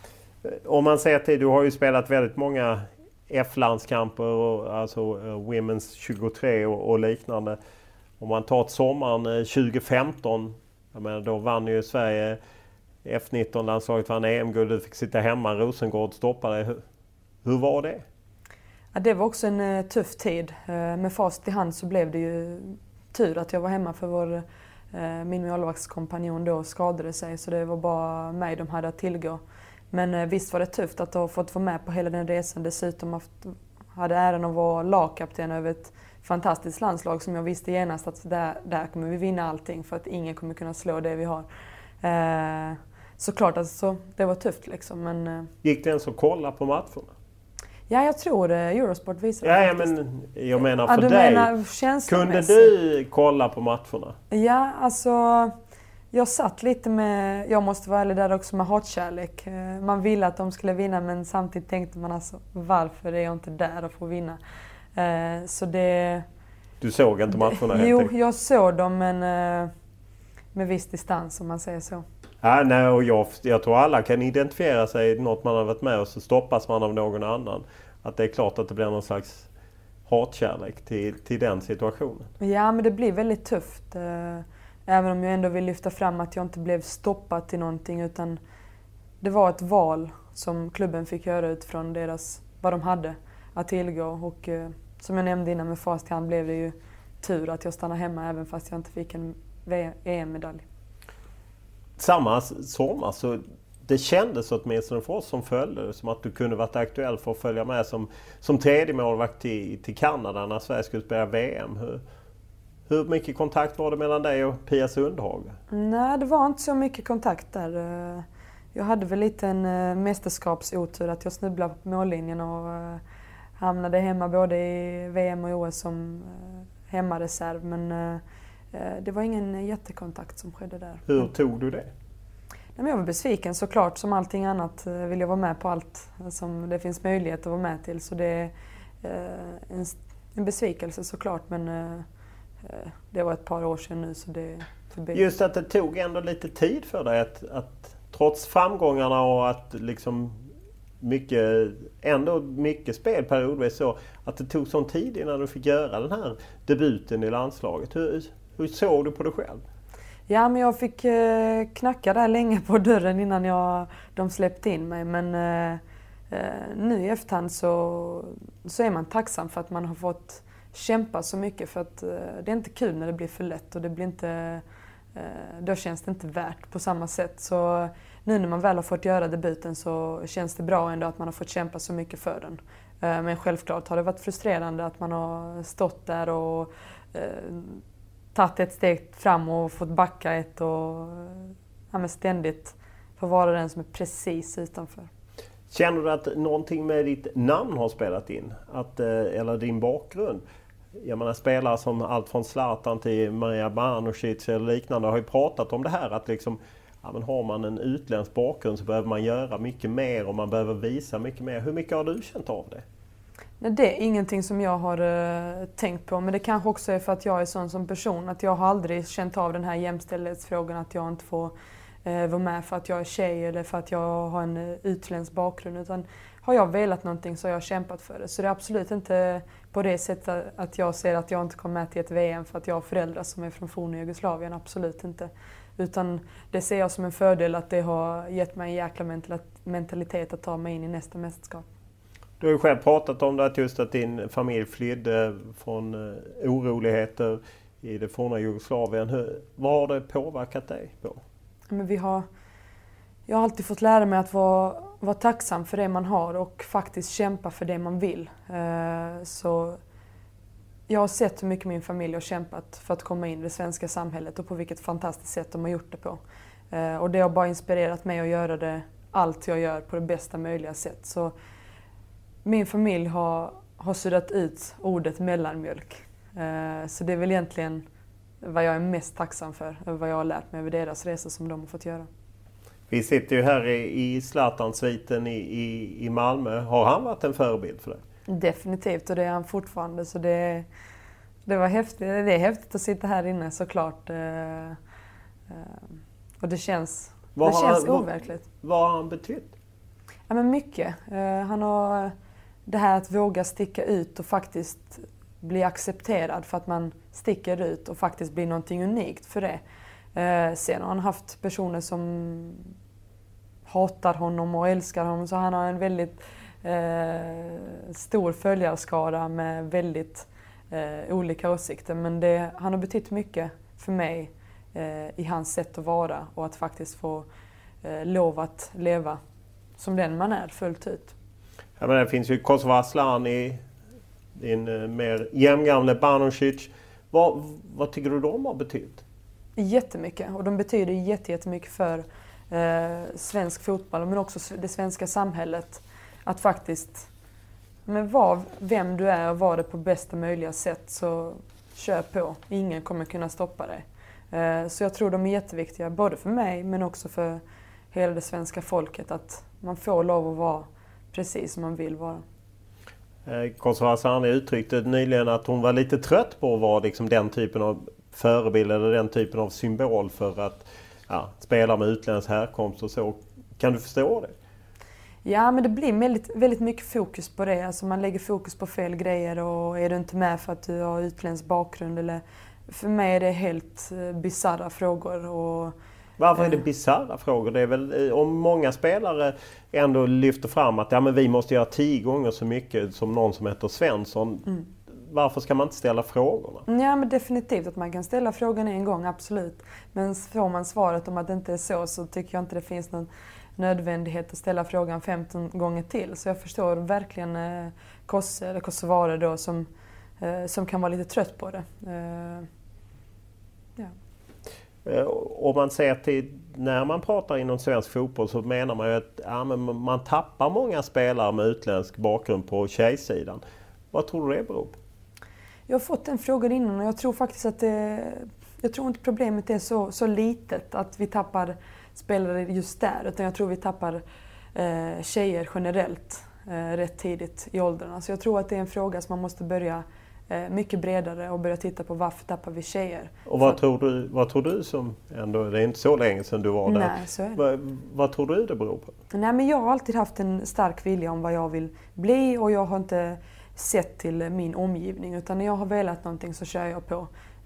Om man ser till, du har ju spelat väldigt många F-landskamper, och, alltså uh, Women's tjugotre och, och liknande. Om man tar ett sommaren tjugo femton, jag menar, då vann ju Sverige F nitton-landslaget, vann E M-guld, du fick sitta hemma, Rosengård stoppade. Hur, hur var det? Ja, det var också en uh, tuff tid. Uh, med fast i hand så blev det ju tur att jag var hemma, för vår, uh, min målvaktskompanjon då skadade sig, så det var bara mig de hade att tillgå. Men uh, visst var det tufft att ha fått vara med på hela den resan. Dessutom haft, hade äran att vara lagkapten över ett fantastiskt landslag som jag visste genast att där, där kommer vi vinna allting, för att ingen kommer kunna slå det vi har. Eh, såklart alltså, det var tufft liksom, men... Eh, Gick det ens att kolla på matcherna? Ja, jag tror det. Eurosport visade ja, det ja, faktiskt. men jag menar för ja, du dig. Menar kunde du kolla på matcherna? Ja, alltså... Jag satt lite med, jag måste vara ärlig där också, med hatkärlek. Eh, man ville att de skulle vinna, men samtidigt tänkte man alltså, varför är jag inte där och får vinna? Eh, så det... Du såg inte matcherna helt Jo, enkelt? jag såg dem, men eh, med viss distans om man säger så. Ja, nej, och jag, jag tror alla kan identifiera sig i något man har varit med och så stoppas man av någon annan. Att det är klart att det blir någon slags hatkärlek till, till den situationen. Ja, men det blir väldigt tufft. Eh, även om jag ändå vill lyfta fram att jag inte blev stoppad till någonting, utan det var ett val som klubben fick göra utifrån deras, vad de hade att tillgå, och eh, som jag nämnde innan, med fast hand blev det ju tur att jag stannade hemma även fast jag inte fick en E M-medalj. Samma sommar så det kändes åtminstone för oss som följde det som att du kunde varit aktuell för att följa med som, som tredje målvakt till, till Kanada när Sverige skulle spela V M. Hur, hur mycket kontakt var det mellan dig och Pia Sundhage? Nej, det var inte så mycket kontakt där. Jag hade väl lite en mästerskapsotur att jag snubblade på mållinjen och hamnade hemma både i V M och O S som hemmareserv, men det var ingen jättekontakt som skedde där. Hur tog du det? Nej, men jag var besviken såklart, som allting annat vill jag vara med på allt som det finns möjlighet att vara med till, så det är en, en besvikelse såklart, men det var ett par år sedan nu, så det förbi. Just att det tog ändå lite tid för dig att, att trots framgångarna och att liksom mycket, ändå mycket spel periodvis, så att det tog sån tid innan du fick göra den här debuten i landslaget. Hur, hur såg du på det själv? Ja, men jag fick eh, knacka där länge på dörren innan jag, de släppte in mig. Men eh, nu i efterhand så, så är man tacksam för att man har fått kämpa så mycket. För att eh, det är inte kul när det blir för lätt och det blir inte, eh, då känns det inte värt på samma sätt. Så nu när man väl har fått göra debuten så känns det bra ändå att man har fått kämpa så mycket för den. Eh, men självklart har det varit frustrerande att man har stått där och eh, tagit ett steg fram och fått backa ett och ja, men ständigt få vara den som är precis utanför. Känner du att någonting med ditt namn har spelat in? Att, eller din bakgrund? Jag menar, spelare som allt från Zlatan till Maria Manušić eller liknande har ju pratat om det här att liksom, ja, men har man en utländsk bakgrund så behöver man göra mycket mer och man behöver visa mycket mer. Hur mycket har du känt av det? Nej, det är ingenting som jag har uh, tänkt på, men det kanske också är för att jag är sån som person. Att jag har aldrig känt av den här jämställdhetsfrågan, att jag inte får uh, vara med för att jag är tjej eller för att jag har en uh, utländsk bakgrund. Utan har jag velat någonting så har jag kämpat för det. Så det är absolut inte på det sättet att jag ser att jag inte kommer med till ett V M för att jag har föräldrar som är från forna Jugoslavien. Absolut inte. Utan det ser jag som en fördel att det har gett mig en jäkla mentalitet att ta mig in i nästa mästerskap. Du har ju själv pratat om det, att just att din familj flydde från oroligheter i det forna Jugoslavien. Hur, vad har det påverkat dig på? Men vi har, jag har alltid fått lära mig att vara, vara tacksam för det man har och faktiskt kämpa för det man vill. Så jag har sett hur mycket min familj har kämpat för att komma in i det svenska samhället och på vilket fantastiskt sätt de har gjort det på. Och det har bara inspirerat mig att göra det, allt jag gör på det bästa möjliga sätt. Så min familj har, har suddat ut ordet mellanmjölk. Så det är väl egentligen vad jag är mest tacksam för, vad jag har lärt mig över deras resa som de har fått göra. Vi sitter ju här i, i Zlatan-sviten i, i, i Malmö. Har han varit en förebild för dig? Definitivt, och det är han fortfarande. Så det, det var häftigt. Det är häftigt att sitta här inne såklart. Och det känns, det känns han, overkligt. Vad, vad har han betytt? Ja, men mycket. Han har det här att våga sticka ut och faktiskt bli accepterad för att man sticker ut och faktiskt blir någonting unikt för det. Sen har han haft personer som hatar honom och älskar honom, så han har en väldigt eh, stor följarskara med väldigt eh, olika åsikter. Men det, han har betytt mycket för mig eh, i hans sätt att vara och att faktiskt få eh, lov att leva som den man är fullt ut. Ja, men det finns ju Kosova Asllani, din uh, mer jämngamle Manušić. Vad, vad tycker du de har betytt? Jättemycket, och de betyder jättemycket för eh, svensk fotboll men också det svenska samhället. Att faktiskt men var vem du är och vara det på bästa möjliga sätt, så kör på. Ingen kommer kunna stoppa dig. Eh, så jag tror de är jätteviktiga både för mig men också för hela det svenska folket, att man får lov att vara precis som man vill vara. Kosova Asllani uttryckte nyligen att hon var lite trött på att vara liksom den typen av förebild eller den typen av symbol för att ja, spela med utländsk härkomst och så. Kan du förstå det? Ja, men det blir väldigt, väldigt mycket fokus på det. Alltså man lägger fokus på fel grejer, och är du inte med för att du har utländsk bakgrund eller... För mig är det helt bizarra frågor. Och, varför är det bizarra frågor? Det är väl om många spelare ändå lyfter fram att ja, men vi måste göra tio gånger så mycket som någon som heter Svensson. Mm. Varför ska man inte ställa frågorna? Ja, men definitivt att man kan ställa frågan en gång, absolut. Men får man svaret om att det inte är så, så tycker jag inte det finns någon nödvändighet att ställa frågan femton gånger till. Så jag förstår verkligen eh, Kosse, eller Kosovare då, som, eh, som kan vara lite trött på det. Eh, ja. Om man ser till när man pratar inom svensk fotboll, så menar man ju att ja, men man tappar många spelare med utländsk bakgrund på tjejsidan. Vad tror du det beror på? Jag har fått den frågan innan, och jag tror faktiskt att det, jag tror inte problemet är så, så litet att vi tappar spelare just där, utan jag tror vi tappar eh, tjejer generellt eh, rätt tidigt i åldrarna. Så jag tror att det är en fråga som man måste börja eh, mycket bredare och börja titta på varför tappar vi tjejer. Och vad, För... tror, du, vad tror du som ändå, det är inte så länge sedan du var där. Nej, så är det. Vad, vad tror du det beror på? Nej, men jag har alltid haft en stark vilja om vad jag vill bli, och jag har inte sett till min omgivning, utan när jag har velat någonting så kör jag på.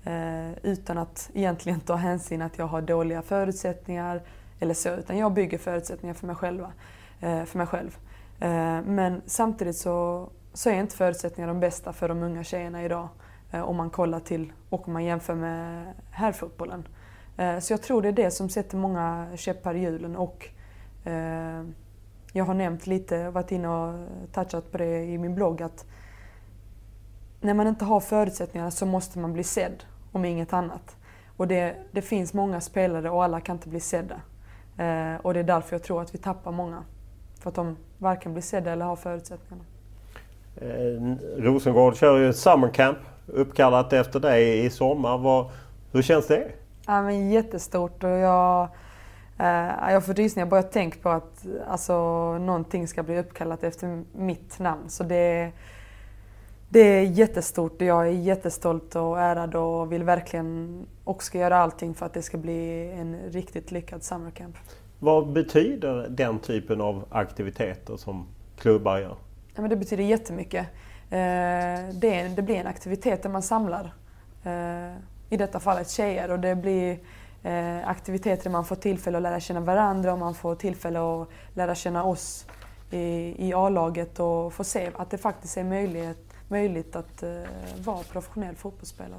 eh, utan att egentligen ta hänsyn att jag har dåliga förutsättningar eller så, utan jag bygger förutsättningar för mig själva, eh, för mig själv. Eh, men samtidigt så, så är inte förutsättningarna de bästa för de unga tjejerna idag, eh, om man kollar till och om man jämför med herrfotbollen. Eh, så jag tror det är det som sätter många käppar i hjulen, och eh, jag har nämnt lite, varit inne och touchat på det i min blogg, att när man inte har förutsättningar så måste man bli sedd, om inget annat. Och det, det finns många spelare och alla kan inte bli sedda. Eh, och det är därför jag tror att vi tappar många. För att de varken blir sedda eller har förutsättningarna. Eh, Rosengård kör ju Summer Camp, uppkallat efter dig i sommar. Vad, hur känns det? Ja, men jättestort, och jag, eh, jag får rysningar bara jag tänker på att alltså, någonting ska bli uppkallat efter mitt namn. Så det, det är jättestort, och jag är jättestolt och ärad och vill verkligen och ska göra allting för att det ska bli en riktigt lyckad Summer Camp. Vad betyder den typen av aktiviteter som klubbar gör? Ja, men det betyder jättemycket. Eh, det, är, det blir en aktivitet där man samlar, eh, i detta fallet tjejer, och det blir eh, aktiviteter där man får tillfälle att lära känna varandra, och man får tillfälle att lära känna oss i, i A-laget och få se att det faktiskt är möjligt, möjligt att eh, vara professionell fotbollsspelare.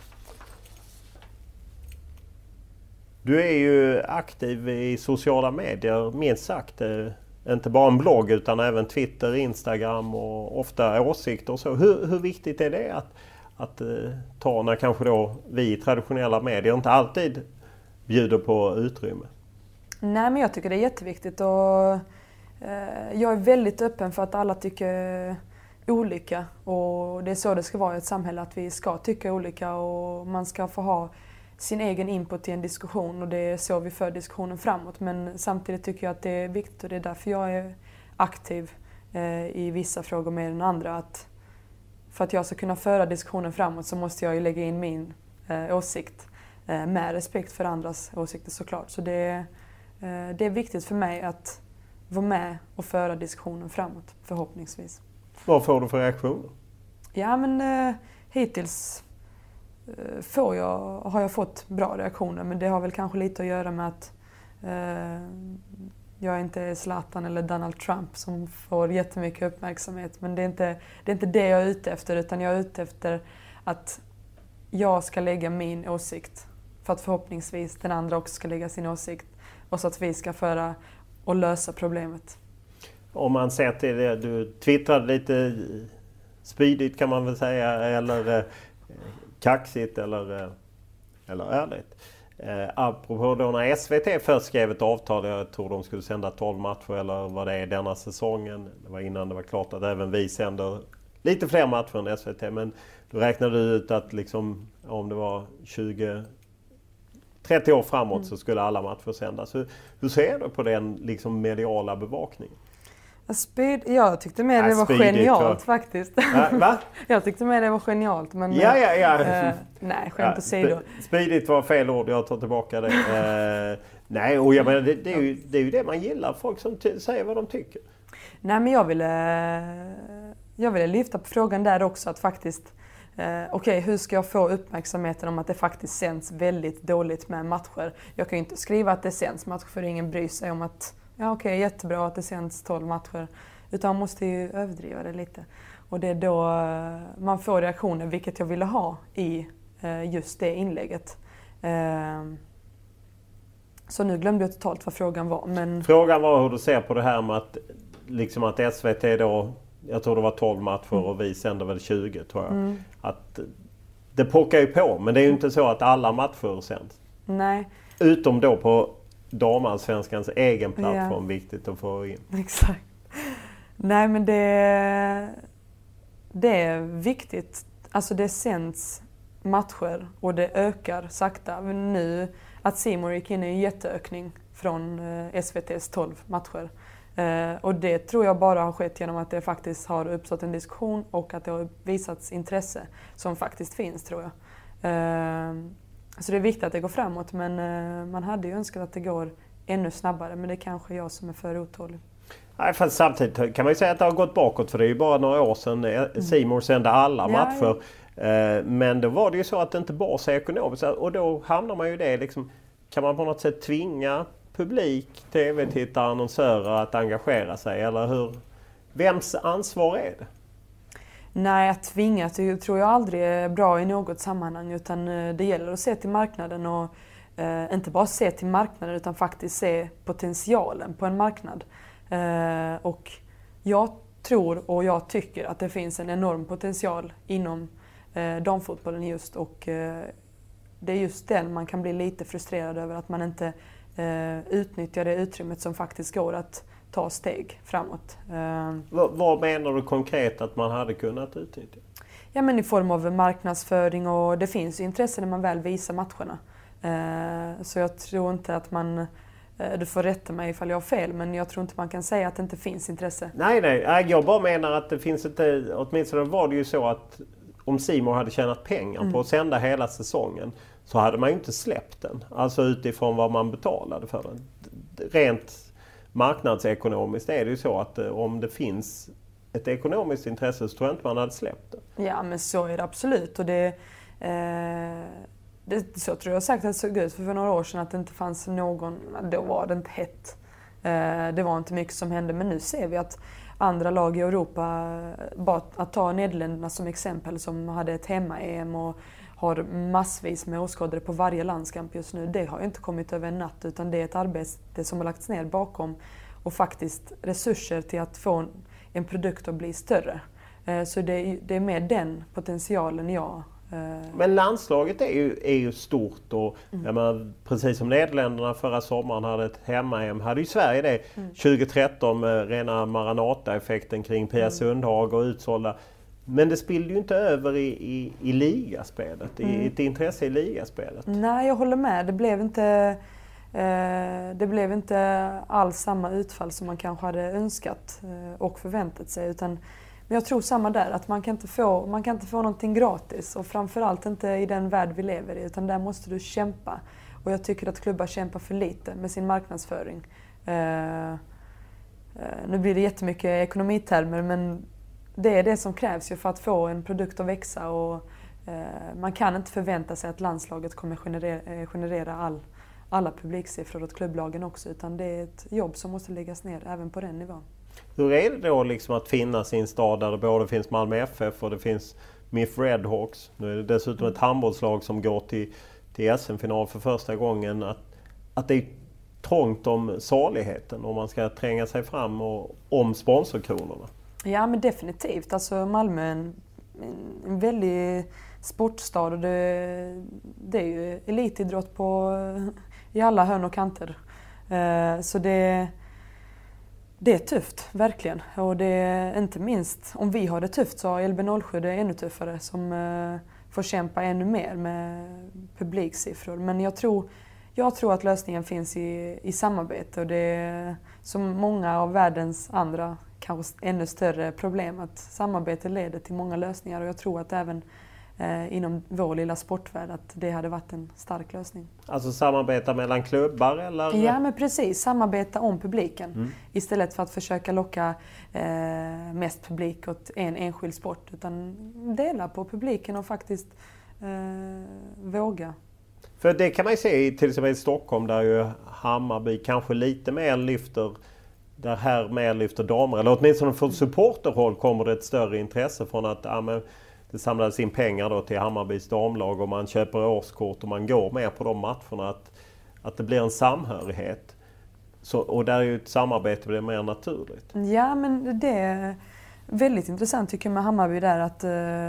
Du är ju aktiv i sociala medier, minst sagt. Inte bara en blogg utan även Twitter, Instagram och ofta åsikter och så. Hur, hur viktigt är det att, att ta när kanske då vi traditionella medier inte alltid bjuder på utrymme? Nej, men jag tycker det är jätteviktigt, och eh, jag är väldigt öppen för att alla tycker olika, och det är så det ska vara i ett samhälle, att vi ska tycka olika och man ska få ha sin egen input i en diskussion, och det är så vi för diskussionen framåt. Men samtidigt tycker jag att det är viktigt, och det är därför jag är aktiv eh, i vissa frågor mer än andra. Att för att jag ska kunna föra diskussionen framåt så måste jag ju lägga in min eh, åsikt eh, med respekt för andras åsikter såklart. Så det, eh, det är viktigt för mig att vara med och föra diskussionen framåt, förhoppningsvis. Vad får du för reaktioner? Ja, men eh, hittills Får jag, har jag fått bra reaktioner, men det har väl kanske lite att göra med att eh, jag inte är Zlatan eller Donald Trump som får jättemycket uppmärksamhet. Men det är, inte, det är inte det jag är ute efter, utan jag är ute efter att jag ska lägga min åsikt för att förhoppningsvis den andra också ska lägga sin åsikt, och så att vi ska föra och lösa problemet. Om man ser till det, du twittrade lite spydigt kan man väl säga, eller eh, kaxigt eller, eller ärligt. Eh, apropå då när S V T först skrev ett avtal, jag tror de skulle sända tolv matcher eller vad det är denna säsongen. Det var innan det var klart att även vi sänder lite fler matcher än S V T. Men då räknade du ut att liksom, om det var tjugo trettio år framåt mm. så skulle alla matcher sändas. Hur, hur ser du på den liksom mediala bevakningen? Spyd, jag tyckte med det var genialt för... faktiskt. Ja, va? Jag tyckte med det var genialt. Men, ja, ja, ja. Eh, nej, skämt åsido. Ja, spydigt var fel ord, jag tar tillbaka det. Eh, nej, och jag menar, det, det, är ju, det är ju det man gillar, folk som t- säger vad de tycker. Nej, men jag ville, jag ville lyfta på frågan där också, att faktiskt, eh, okej, okay, hur ska jag få uppmärksamheten om att det faktiskt sänds väldigt dåligt med matcher? Jag kan ju inte skriva att det sänds matcher för ingen bryr sig om att ja, okej, okay, jättebra att det sänds tolv matcher. Utan man måste ju överdriva det lite. Och det är då man får reaktioner, vilket jag ville ha i just det inlägget. Så nu glömde jag totalt vad frågan var. Men... Frågan var hur du ser på det här med att, liksom att S V T då, jag tror det var tolv matcher mm. och vi sänder väl tjugo tror jag. Mm. Att det pockar ju på, men det är ju inte så att alla matcher sänds. Nej. Utom då på damallsvenskans egen plattform, ja. Viktigt att få in. Exakt. Nej, men det, det är viktigt. Alltså det sänds matcher och det ökar sakta. Nu att C More gick in i en jätteökning från S V T:s tolv matcher. Eh, och det tror jag bara har skett genom att det faktiskt har uppstått en diskussion och att det har visats intresse som faktiskt finns, tror jag. Eh, Så det är viktigt att det går framåt, men eh, man hade ju önskat att det går ännu snabbare, men det är kanske jag som är för otålig. Nej, fast samtidigt kan man ju säga att det har gått bakåt, för det är ju bara några år sedan C More sände alla ja, matcher. Men då var det ju så att det inte bar sig ekonomiskt. Och då hamnar man ju det liksom, kan man på något sätt tvinga publik, tv-tittare, annonsörer att engagera sig? Eller hur? Vems ansvar är det? Nej, att tvinga det tror jag aldrig är bra i något sammanhang, utan det gäller att se till marknaden och eh, inte bara se till marknaden utan faktiskt se potentialen på en marknad. Eh, och jag tror och jag tycker att det finns en enorm potential inom eh, damfotbollen just, och eh, det är just den man kan bli lite frustrerad över, att man inte eh, utnyttjar det utrymmet som faktiskt går att ta steg framåt. Vad, vad menar du konkret att man hade kunnat utnyttja? Ja, men i form av marknadsföring, och det finns ju intresse när man väl visar matcherna. Så jag tror inte att man, du får rätta mig ifall jag har fel, men jag tror inte man kan säga att det inte finns intresse. Nej, nej, jag bara menar att det finns inte, åtminstone var det ju så att om C More hade tjänat pengar mm. på att sända hela säsongen, så hade man ju inte släppt den. Alltså utifrån vad man betalade för den. Rent marknadsekonomiskt är det ju så att om det finns ett ekonomiskt intresse så tror jag inte man hade släppt det. Ja, men så är det absolut. Och det, eh, det, så tror jag sagt att det såg ut för, för några år sedan, att det inte fanns någon, då var det inte hett. Eh, det var inte mycket som hände, men nu ser vi att andra lag i Europa, bara att ta Nederländerna som exempel, som hade ett hemma-E M och har massvis med åskådare på varje landskamp just nu. Det har ju inte kommit över en natt, utan det är ett arbete som har lagts ner bakom och faktiskt resurser till att få en produkt att bli större. Så det är, det är med den potentialen jag... Men landslaget är ju, är ju stort och mm. jag menar, precis som Nederländerna förra sommaren hade ett hemma-E M, hade ju Sverige det mm. tjugohundratretton med rena Maranata-effekten kring Pia mm. Sundhag och utsålda. Men det spillde ju inte över i, i, i ligaspelet, i mm. ett intresse i ligaspelet. Nej, jag håller med. Det blev inte, eh, det blev inte alls samma utfall som man kanske hade önskat eh, och förväntat sig. Utan, men jag tror samma där, att man kan, inte få, man kan inte få någonting gratis. Och framförallt inte i den värld vi lever i, utan där måste du kämpa. Och jag tycker att klubbar kämpar för lite med sin marknadsföring. Eh, eh, nu blir det jättemycket ekonomitermer, men det är det som krävs ju för att få en produkt att växa, och eh, man kan inte förvänta sig att landslaget kommer generera, generera all, alla publiksiffror åt klubblagen också, utan det är ett jobb som måste läggas ner även på den nivån. Hur är det då liksom att finnas i en stad där det både finns Malmö F F och det finns M I F Redhawks? Nu är det dessutom ett handbollslag som går till, till S M-final för första gången. Att, att det är trångt om saligheten om man ska tränga sig fram och om sponsorkronorna. Ja, men definitivt. Alltså Malmö är en, en väldig sportstad, och det, det är ju elitidrott på, i alla hörn och kanter. Eh, så det, det är tufft, verkligen. Och det är inte minst, om vi har det tufft så har L B noll sju det ännu tuffare, som eh, får kämpa ännu mer med publiksiffror. Men jag tror, jag tror att lösningen finns i, i samarbete, och det är som många av världens andra kanske ännu större problem, att samarbete leder till många lösningar, och jag tror att även eh, inom vår lilla sportvärld att det hade varit en stark lösning. Alltså samarbeta mellan klubbar eller? Ja, men precis, samarbeta om publiken mm. istället för att försöka locka eh, mest publik åt en enskild sport, utan dela på publiken och faktiskt eh, våga. För det kan man ju se till exempel i Stockholm, där ju Hammarby kanske lite mer lyfter, där här mer lyfter damer, eller åtminstone från supporterhåll kommer det ett större intresse från att ja, men det samlades in pengar då till Hammarbys damlag och man köper årskort och man går med på de matcherna, att, att det blir en samhörighet. Så, och där är ju ett samarbete blir mer naturligt. Ja, men det är väldigt intressant tycker jag med Hammarby där, att,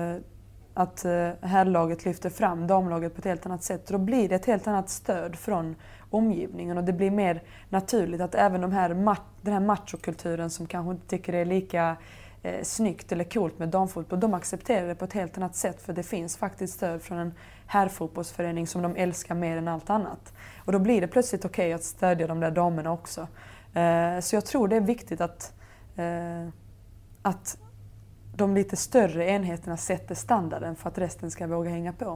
att herrlaget lyfter fram damlaget på ett helt annat sätt. Och då blir det ett helt annat stöd från omgivningen, och det blir mer naturligt att även de här, den här machokulturen som kanske inte tycker det är lika eh, snyggt eller coolt med damfotboll, de accepterar det på ett helt annat sätt, för det finns faktiskt stöd från en herrfotbollsförening som de älskar mer än allt annat. Och då blir det plötsligt okej okay att stödja de där damerna också. Eh, så jag tror det är viktigt att, eh, att de lite större enheterna sätter standarden för att resten ska våga hänga på.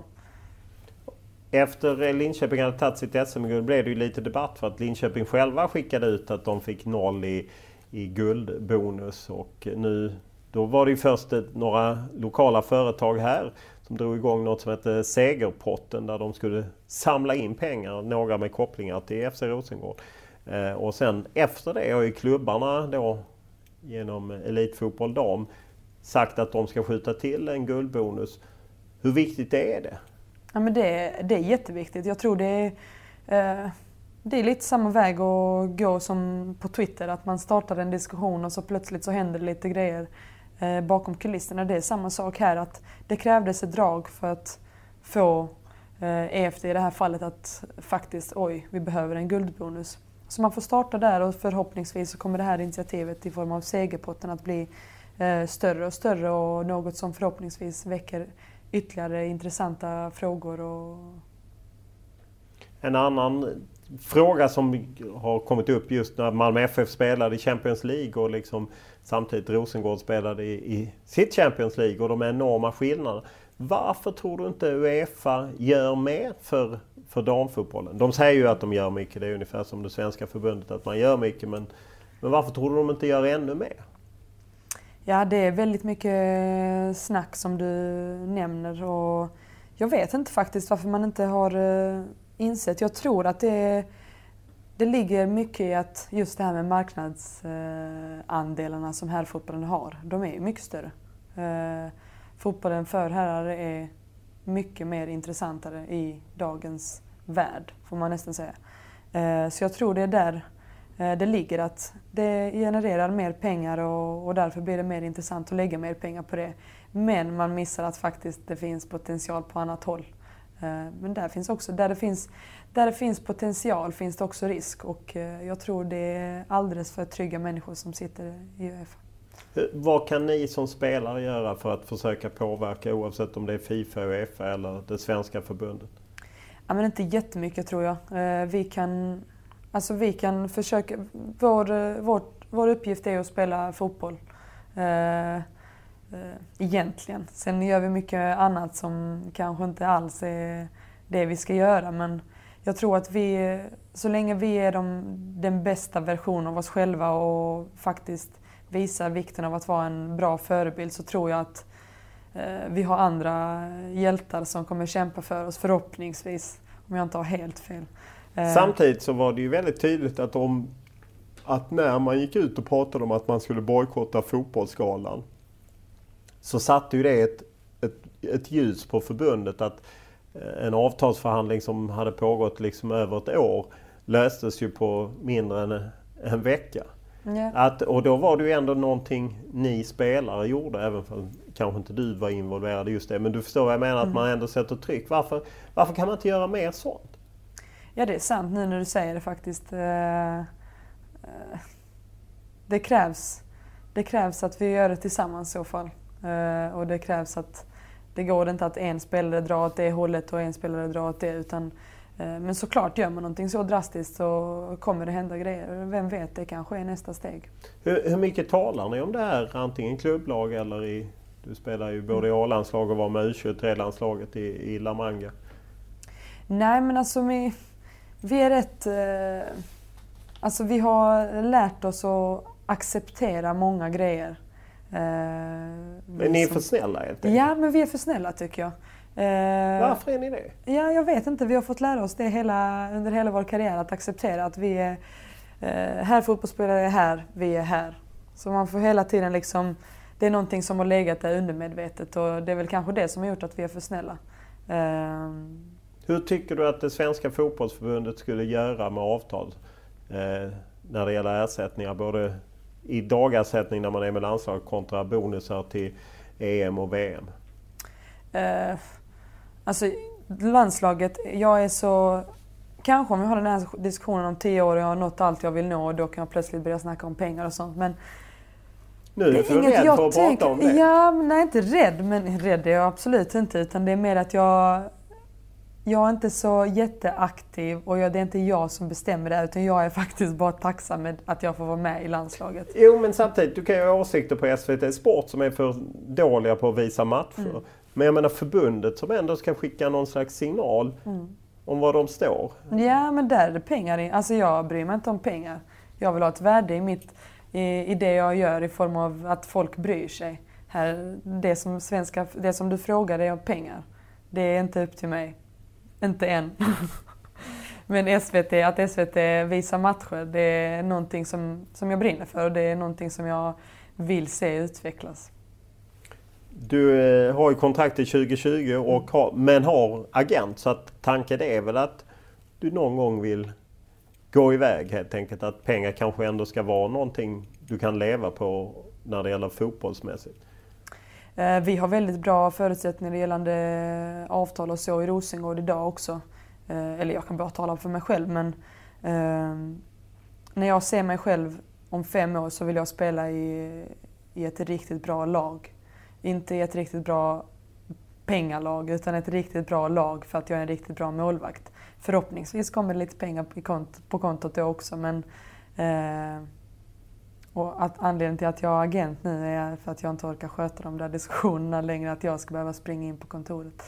Efter Linköping hade tagit sitt S M-guld blev det ju lite debatt för att Linköping själva skickade ut att de fick noll i, i guldbonus, och nu då var det ju först ett, några lokala företag här som drog igång något som hette Segerpotten där de skulle samla in pengar, några med kopplingar till F C Rosengård. Eh, och sen efter det har ju klubbarna då genom Elitfotboll Dam sagt att de ska skjuta till en guldbonus. Hur viktigt är det? Ja, men det, det är jätteviktigt. Jag tror det är, eh, det är lite samma väg att gå som på Twitter. Att man startar en diskussion och så plötsligt så händer det lite grejer eh, bakom kulisserna. Det är samma sak här. Att det krävdes ett drag för att få eh, E F D i det här fallet att faktiskt, oj, vi behöver en guldbonus. Så man får starta där och förhoppningsvis så kommer det här initiativet i form av Segerpotten att bli eh, större och större och något som förhoppningsvis väcker ytterligare intressanta frågor. Och... En annan fråga som har kommit upp just när Malmö F F spelade i Champions League och liksom samtidigt Rosengård spelade i, i sitt Champions League och de enorma skillnaderna. Varför tror du inte UEFA gör mer för, för damfotbollen? De säger ju att de gör mycket, det är ungefär som det svenska förbundet att man gör mycket, men, men varför tror du de inte gör ännu mer? Ja, det är väldigt mycket snack som du nämner och jag vet inte faktiskt varför man inte har insett. Jag tror att det, det ligger mycket i att just det här med marknadsandelarna som herrfotbollen har, de är mycket större. Fotbollen för herrar är mycket mer intressantare i dagens värld, får man nästan säga. Så jag tror det är där det ligger, att det genererar mer pengar och, och därför blir det mer intressant att lägga mer pengar på det. Men man missar att faktiskt det finns potential på annat håll. Men där finns också, där det finns, där det finns potential finns det också risk och jag tror det är alldeles för trygga människor som sitter i UEFA. Vad kan ni som spelare göra för att försöka påverka oavsett om det är FIFA, UEFA eller det svenska förbundet? Ja, men inte jättemycket tror jag. Vi kan, alltså vi kan försöka, vår, vår, vår uppgift är att spela fotboll. Egentligen. Sen gör vi mycket annat som kanske inte alls är det vi ska göra, men jag tror att vi, så länge vi är de, den bästa versionen av oss själva och faktiskt visar vikten av att vara en bra förebild, så tror jag att eh, vi har andra hjältar som kommer kämpa för oss förhoppningsvis, om jag inte har helt fel. Eh. Samtidigt så var det ju väldigt tydligt att, om, att när man gick ut och pratade om att man skulle bojkotta fotbollsskalan så satte ju det ett, ett, ett ljus på förbundet att en avtalsförhandling som hade pågått liksom över ett år löstes ju på mindre än en, en vecka. Yeah. Att, och då var det ju ändå någonting ni spelare gjorde, även för kanske inte du var involverad i just det. Men du förstår vad jag menar, mm. att man ändå sätter tryck. Varför, varför kan man inte göra mer sånt? Ja, det är sant nu när du säger det faktiskt. Eh, eh, det, krävs, det krävs att vi gör det tillsammans i så fall. Eh, och det krävs att det går inte att en spelare drar åt det hållet och en spelare drar åt det, utan men såklart gör man någonting så drastiskt så kommer det hända grejer. Vem vet, det kanske är nästa steg. Hur, hur mycket talar ni om det här? Antingen klubblag eller i... Du spelar ju både i A-landslag och var med U tjugotre-landslaget i, i La Manga. Nej, men alltså vi, vi är rätt... Eh, alltså vi har lärt oss att acceptera många grejer. Eh, men ni är som, för snälla helt enkelt? Ja, men vi är för snälla tycker jag. Eh, Varför är ni det? Ja, jag vet inte. Vi har fått lära oss det hela, under hela vår karriär, att acceptera att vi är eh, här, fotbollsspelare är här, vi är här. Så man får hela tiden liksom, det är någonting som har legat där undermedvetet och det är väl kanske det som har gjort att vi är för snälla. Eh, Hur tycker du att det svenska fotbollsförbundet skulle göra med avtal eh, när det gäller ersättningar, både i dagersättning när man är med landslag kontra bonusar till E M och V M? Eh, Alltså landslaget, jag är så... Kanske om vi har den här diskussionen om tio år och jag har nått allt jag vill nå, och då kan jag plötsligt börja snacka om pengar och sånt. Men nu är du för rädd för att tänk, prata om det? Ja, men nej, inte rädd, men rädd är jag absolut inte. Utan det är mer att jag... Jag är inte så jätteaktiv och jag, det är inte jag som bestämmer det, utan jag är faktiskt bara tacksam med att jag får vara med i landslaget. Jo, men samtidigt, du kan ju ha åsikter på S V T Sport som är för dåliga på att visa matcher. Mm. Men jag menar förbundet som ändå ska skicka någon slags signal mm. om vad de står. Ja, men där är det pengar i. Alltså jag bryr mig inte om pengar. Jag vill ha ett värde i, mitt, i, i det jag gör i form av att folk bryr sig. här, det, som svenska, det som du frågar är om pengar. Det är inte upp till mig. Inte än. Men S V T, att S V T visar matcher, det är någonting som, som jag brinner för och det är någonting som jag vill se utvecklas. Du eh, har ju kontrakt till tjugo tjugo och har, men har agent, så att tanken är väl att du någon gång vill gå iväg helt enkelt, att pengar kanske ändå ska vara någonting du kan leva på när det gäller fotbollsmässigt. Eh, vi har väldigt bra förutsättningar gällande avtal och så i Rosengård idag också. Eh, eller jag kan bara tala för mig själv, men eh, när jag ser mig själv om fem år så vill jag spela i, i ett riktigt bra lag. Inte i ett riktigt bra pengalag utan ett riktigt bra lag för att jag är en riktigt bra målvakt. Förhoppningsvis kommer det lite pengar på, kont- på kontot då också, men eh, och att anledningen till att jag är agent nu är för att jag inte orkar sköta de där diskussionerna längre, att jag ska behöva springa in på kontoret.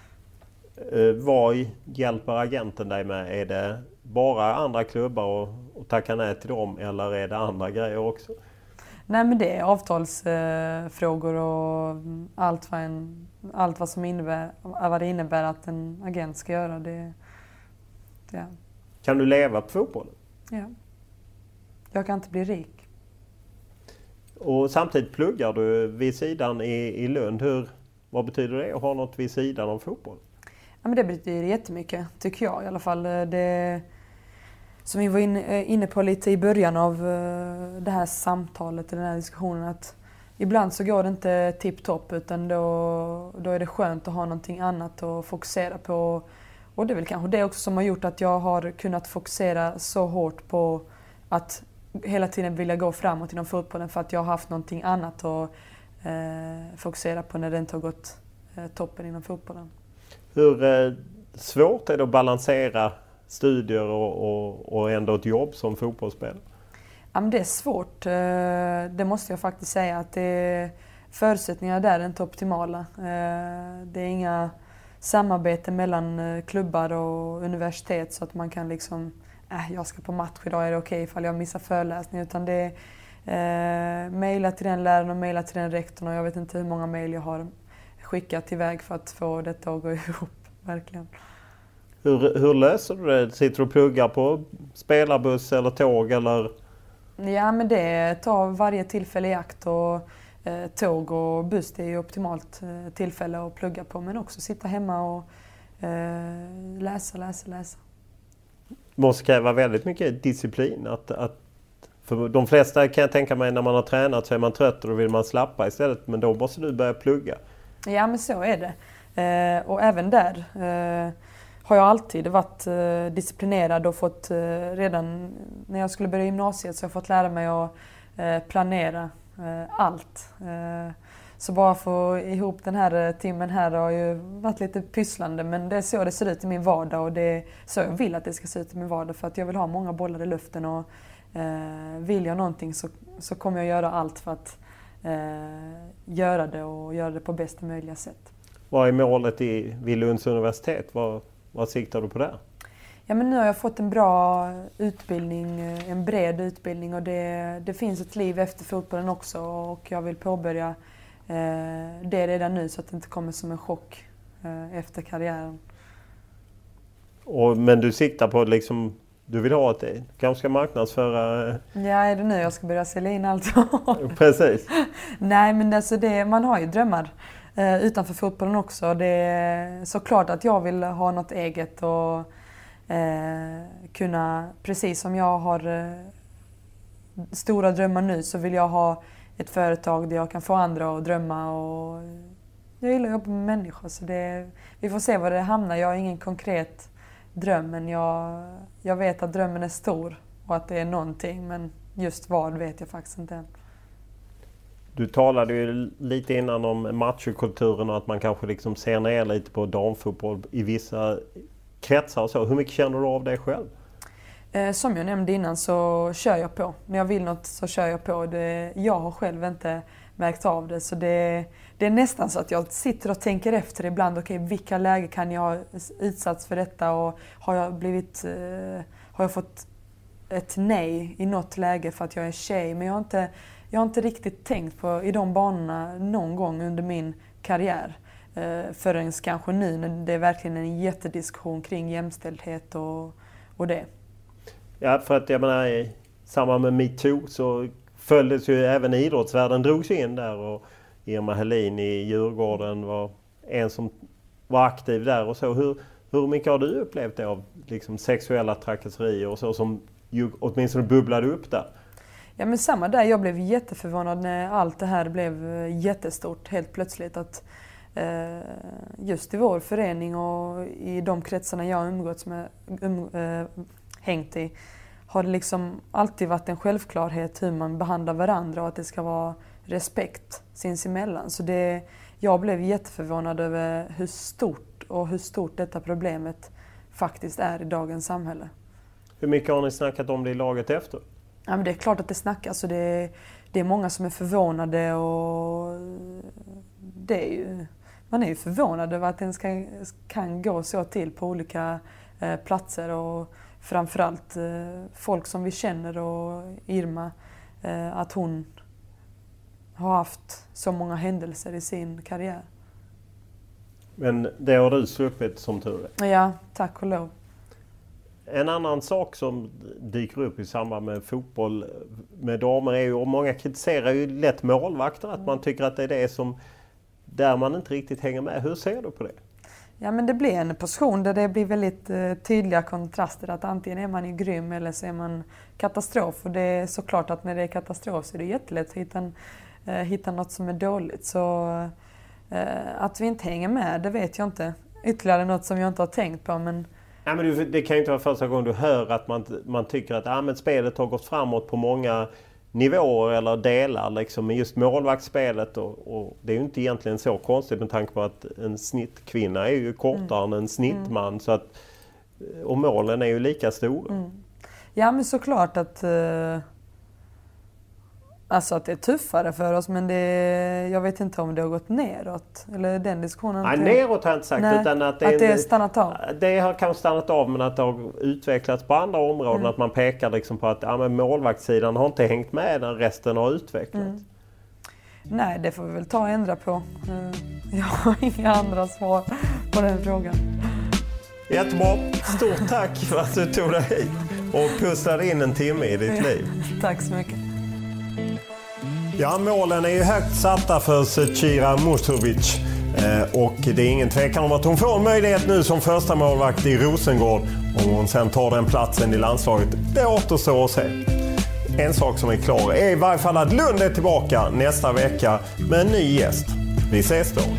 Eh, vad hjälper agenten dig med? Är det bara andra klubbar och, och tacka nej till dem, eller är det andra grejer också? Nej, men det är avtalsfrågor eh, och allt vad, en, allt vad, som innebär, vad det innebär att en agent ska göra. Det, ja. Kan du leva på fotbollen? Ja. Jag kan inte bli rik. Och samtidigt pluggar du vid sidan i, i Lund. Hur, vad betyder det att ha något vid sidan av fotboll? Ja, men det betyder jättemycket, tycker jag i alla fall. Det, som vi var inne, inne på lite i början av det här samtalet, den här diskussionen, att ibland så går det inte tipptopp, utan då, då är det skönt att ha någonting annat att fokusera på. Och det är väl kanske det också som har gjort att jag har kunnat fokusera så hårt på att hela tiden vilja gå framåt inom fotbollen, för att jag har haft någonting annat att eh, fokusera på när det inte har gått eh, toppen inom fotbollen. Hur eh, svårt är det att balansera studier och, och, och ändå ett jobb som fotbollsspelare? Ja, men det är svårt. Det måste jag faktiskt säga. Att det, förutsättningarna där är inte optimala. Det är inga samarbete mellan klubbar och universitet så att man kan liksom, äh, jag ska på match idag, är det okej ifall jag missar föreläsning? Utan det är eh, mejla till den läraren och mejla till den rektorn, och jag vet inte hur många mejl jag har skickat iväg för att få detta att gå ihop, verkligen. Hur, hur löser du det? Sitter du och pluggar på spelarbuss eller tåg? Eller? Ja, men det tar varje tillfälle i akt, och eh, tåg och buss, det är ju optimalt eh, tillfälle att plugga på, men också sitta hemma och eh, läsa, läsa, läsa. Det måste kräva väldigt mycket disciplin. Att, att, för de flesta kan jag tänka mig, när man har tränat så är man trött och då vill man slappa istället, men då måste du börja plugga. Ja, men så är det. Eh, och även där eh, har jag alltid varit eh, disciplinerad och fått, eh, redan när jag skulle börja gymnasiet så har jag fått lära mig att eh, planera eh, allt. Eh, så bara få ihop den här timmen här har ju varit lite pysslande, men det är så det ser ut i min vardag, och det är så jag vill att det ska se ut i min vardag, för att jag vill ha många bollar i luften, och eh, vill jag någonting så, så kommer jag göra allt för att eh, göra det och göra det på bästa möjliga sätt. Vad är målet i vid Lunds universitet? Vad, vad siktar du på där? Ja, men nu har jag fått en bra utbildning, en bred utbildning, och det, det finns ett liv efter fotbollen också, och jag vill påbörja eh, det redan nu så att det inte kommer som en chock eh, efter karriären. Och, men du siktar på liksom, du vill ha ett, du kanske ska marknadsföra? Ja, är det nu jag ska börja sälja in allt? Precis. Nej, men alltså det, man har ju drömmar eh, utanför fotbollen också. Det är såklart att jag vill ha något eget och eh, kunna, precis som jag har eh, stora drömmar nu, så vill jag ha ett företag där jag kan få andra att drömma, och jag gillar att jobba med människor, så det, vi får se var det hamnar. Jag har ingen konkret dröm, men jag, jag vet att drömmen är stor och att det är någonting, men just vad vet jag faktiskt inte än. Du talade ju lite innan om machokulturen och att man kanske liksom ser ner lite på damfotboll i vissa kretsar och så. Hur mycket känner du av det själv? Eh, som jag nämnde innan så kör jag på. När jag vill något så kör jag på. Det, jag har själv inte märkt av det, så det, det är nästan så att jag sitter och tänker efter ibland. Okej, okay, vilka lägen kan jag ha utsatts för detta, och har jag blivit, eh, har jag fått ett nej i något läge för att jag är tjej, men jag har inte jag har inte riktigt tänkt på i de banorna någon gång under min karriär. Eh, förrän kanske nu när det är verkligen en jättediskussion kring jämställdhet och, och det. Ja, för att jag menar, i samband med MeToo så följdes ju även idrottsvärlden drogs in där, och Irma Helin i Djurgården var en som var aktiv där och så. Hur, hur mycket har du upplevt det av liksom sexuella trakasserier och så som ju åtminstone bubblade upp där? Ja, men samma där. Jag blev jätteförvånad när allt det här blev jättestort helt plötsligt. Att eh, just i vår förening och i de kretsarna jag umgåtts med, um, eh, hängt i, har det liksom alltid varit en självklarhet hur man behandlar varandra och att det ska vara respekt sinsemellan. Så det, jag blev jätteförvånad över hur stort och hur stort detta problemet faktiskt är i dagens samhälle. Hur mycket har ni snackat om det i laget efter? Ja, men det är klart att det snackas, och det, det är många som är förvånade, och det är ju, man är ju förvånad över att det ska, kan gå så till på olika eh, platser, och framförallt eh, folk som vi känner, och Irma, eh, att hon har haft så många händelser i sin karriär. Men det har du sluppit som tur är. Ja, tack och lov. En annan sak som dyker upp i samband med fotboll med damer är ju, och många kritiserar ju lätt målvakter, att man tycker att det är det som, där man inte riktigt hänger med. Hur ser du på det? Ja, men det blir en position där det blir väldigt eh, tydliga kontraster, att antingen är man ju grym eller så är man katastrof. Och det är såklart att när det är katastrof så är det jättelätt att hitta, en, eh, hitta något som är dåligt. Så eh, att vi inte hänger med, det vet jag inte. Ytterligare något som jag inte har tänkt på, men... Ja, men det, det kan ju inte vara första gången du hör att man, man tycker att ah, men spelet har gått framåt på många nivåer eller delar, liksom, med just målvaktsspelet. Och, och det är ju inte egentligen så konstigt med tanke på att en snittkvinna är ju kortare mm. än en snittman. Mm. Så att, och målen är ju lika stora. Mm. Ja, men såklart att, eh, alltså att det är tuffare för oss, men det, jag vet inte om det har gått neråt. Eller den diskussionen. Nej, neråt har jag inte sagt. Nej, utan att det, att det är är stannat av. Det har kanske stannat av, men att det har utvecklats på andra områden. Mm. Att man pekar liksom på att ja, men målvaktssidan har inte hängt med när resten har utvecklats. Mm. Nej, det får vi väl ta och ändra på. Jag har inga andra svar på den frågan. Jättebra. Stort tack för att du tog dig hit och pusslade in en timme i ditt liv. Tack så mycket. Ja, målen är ju högt satta för Zecira Musovic. Eh, och det är ingen tvekan om att hon får en möjlighet nu som första målvakt i Rosengård. Om hon sen tar den platsen i landslaget, det återstår att se. En sak som är klar är i varje fall att Lund är tillbaka nästa vecka med en ny gäst. Vi ses då.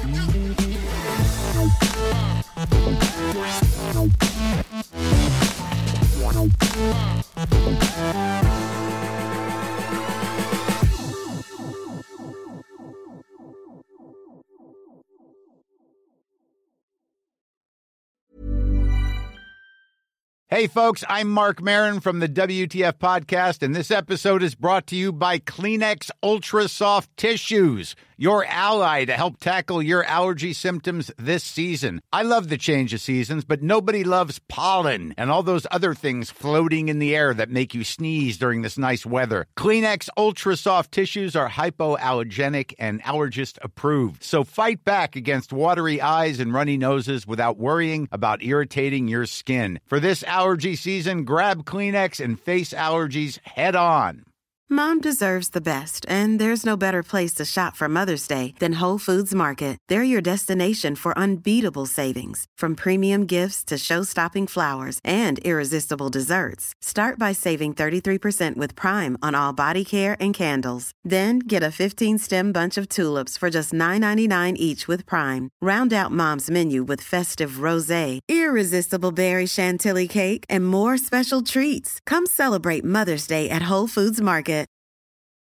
Hey, folks, I'm Mark Maron from the W T F Podcast, and this episode is brought to you by Kleenex Ultra Soft Tissues, your ally to help tackle your allergy symptoms this season. I love the change of seasons, but nobody loves pollen and all those other things floating in the air that make you sneeze during this nice weather. Kleenex Ultra Soft Tissues are hypoallergenic and allergist approved, so fight back against watery eyes and runny noses without worrying about irritating your skin. For this allergy season, grab Kleenex and face allergies head on. Mom deserves the best, and there's no better place to shop for Mother's Day than Whole Foods Market. They're your destination for unbeatable savings, from premium gifts to show-stopping flowers and irresistible desserts. Start by saving thirty-three percent with Prime on all body care and candles. Then get a fifteen-stem bunch of tulips for just nine ninety-nine each with Prime. Round out Mom's menu with festive rosé, irresistible berry chantilly cake, and more special treats. Come celebrate Mother's Day at Whole Foods Market.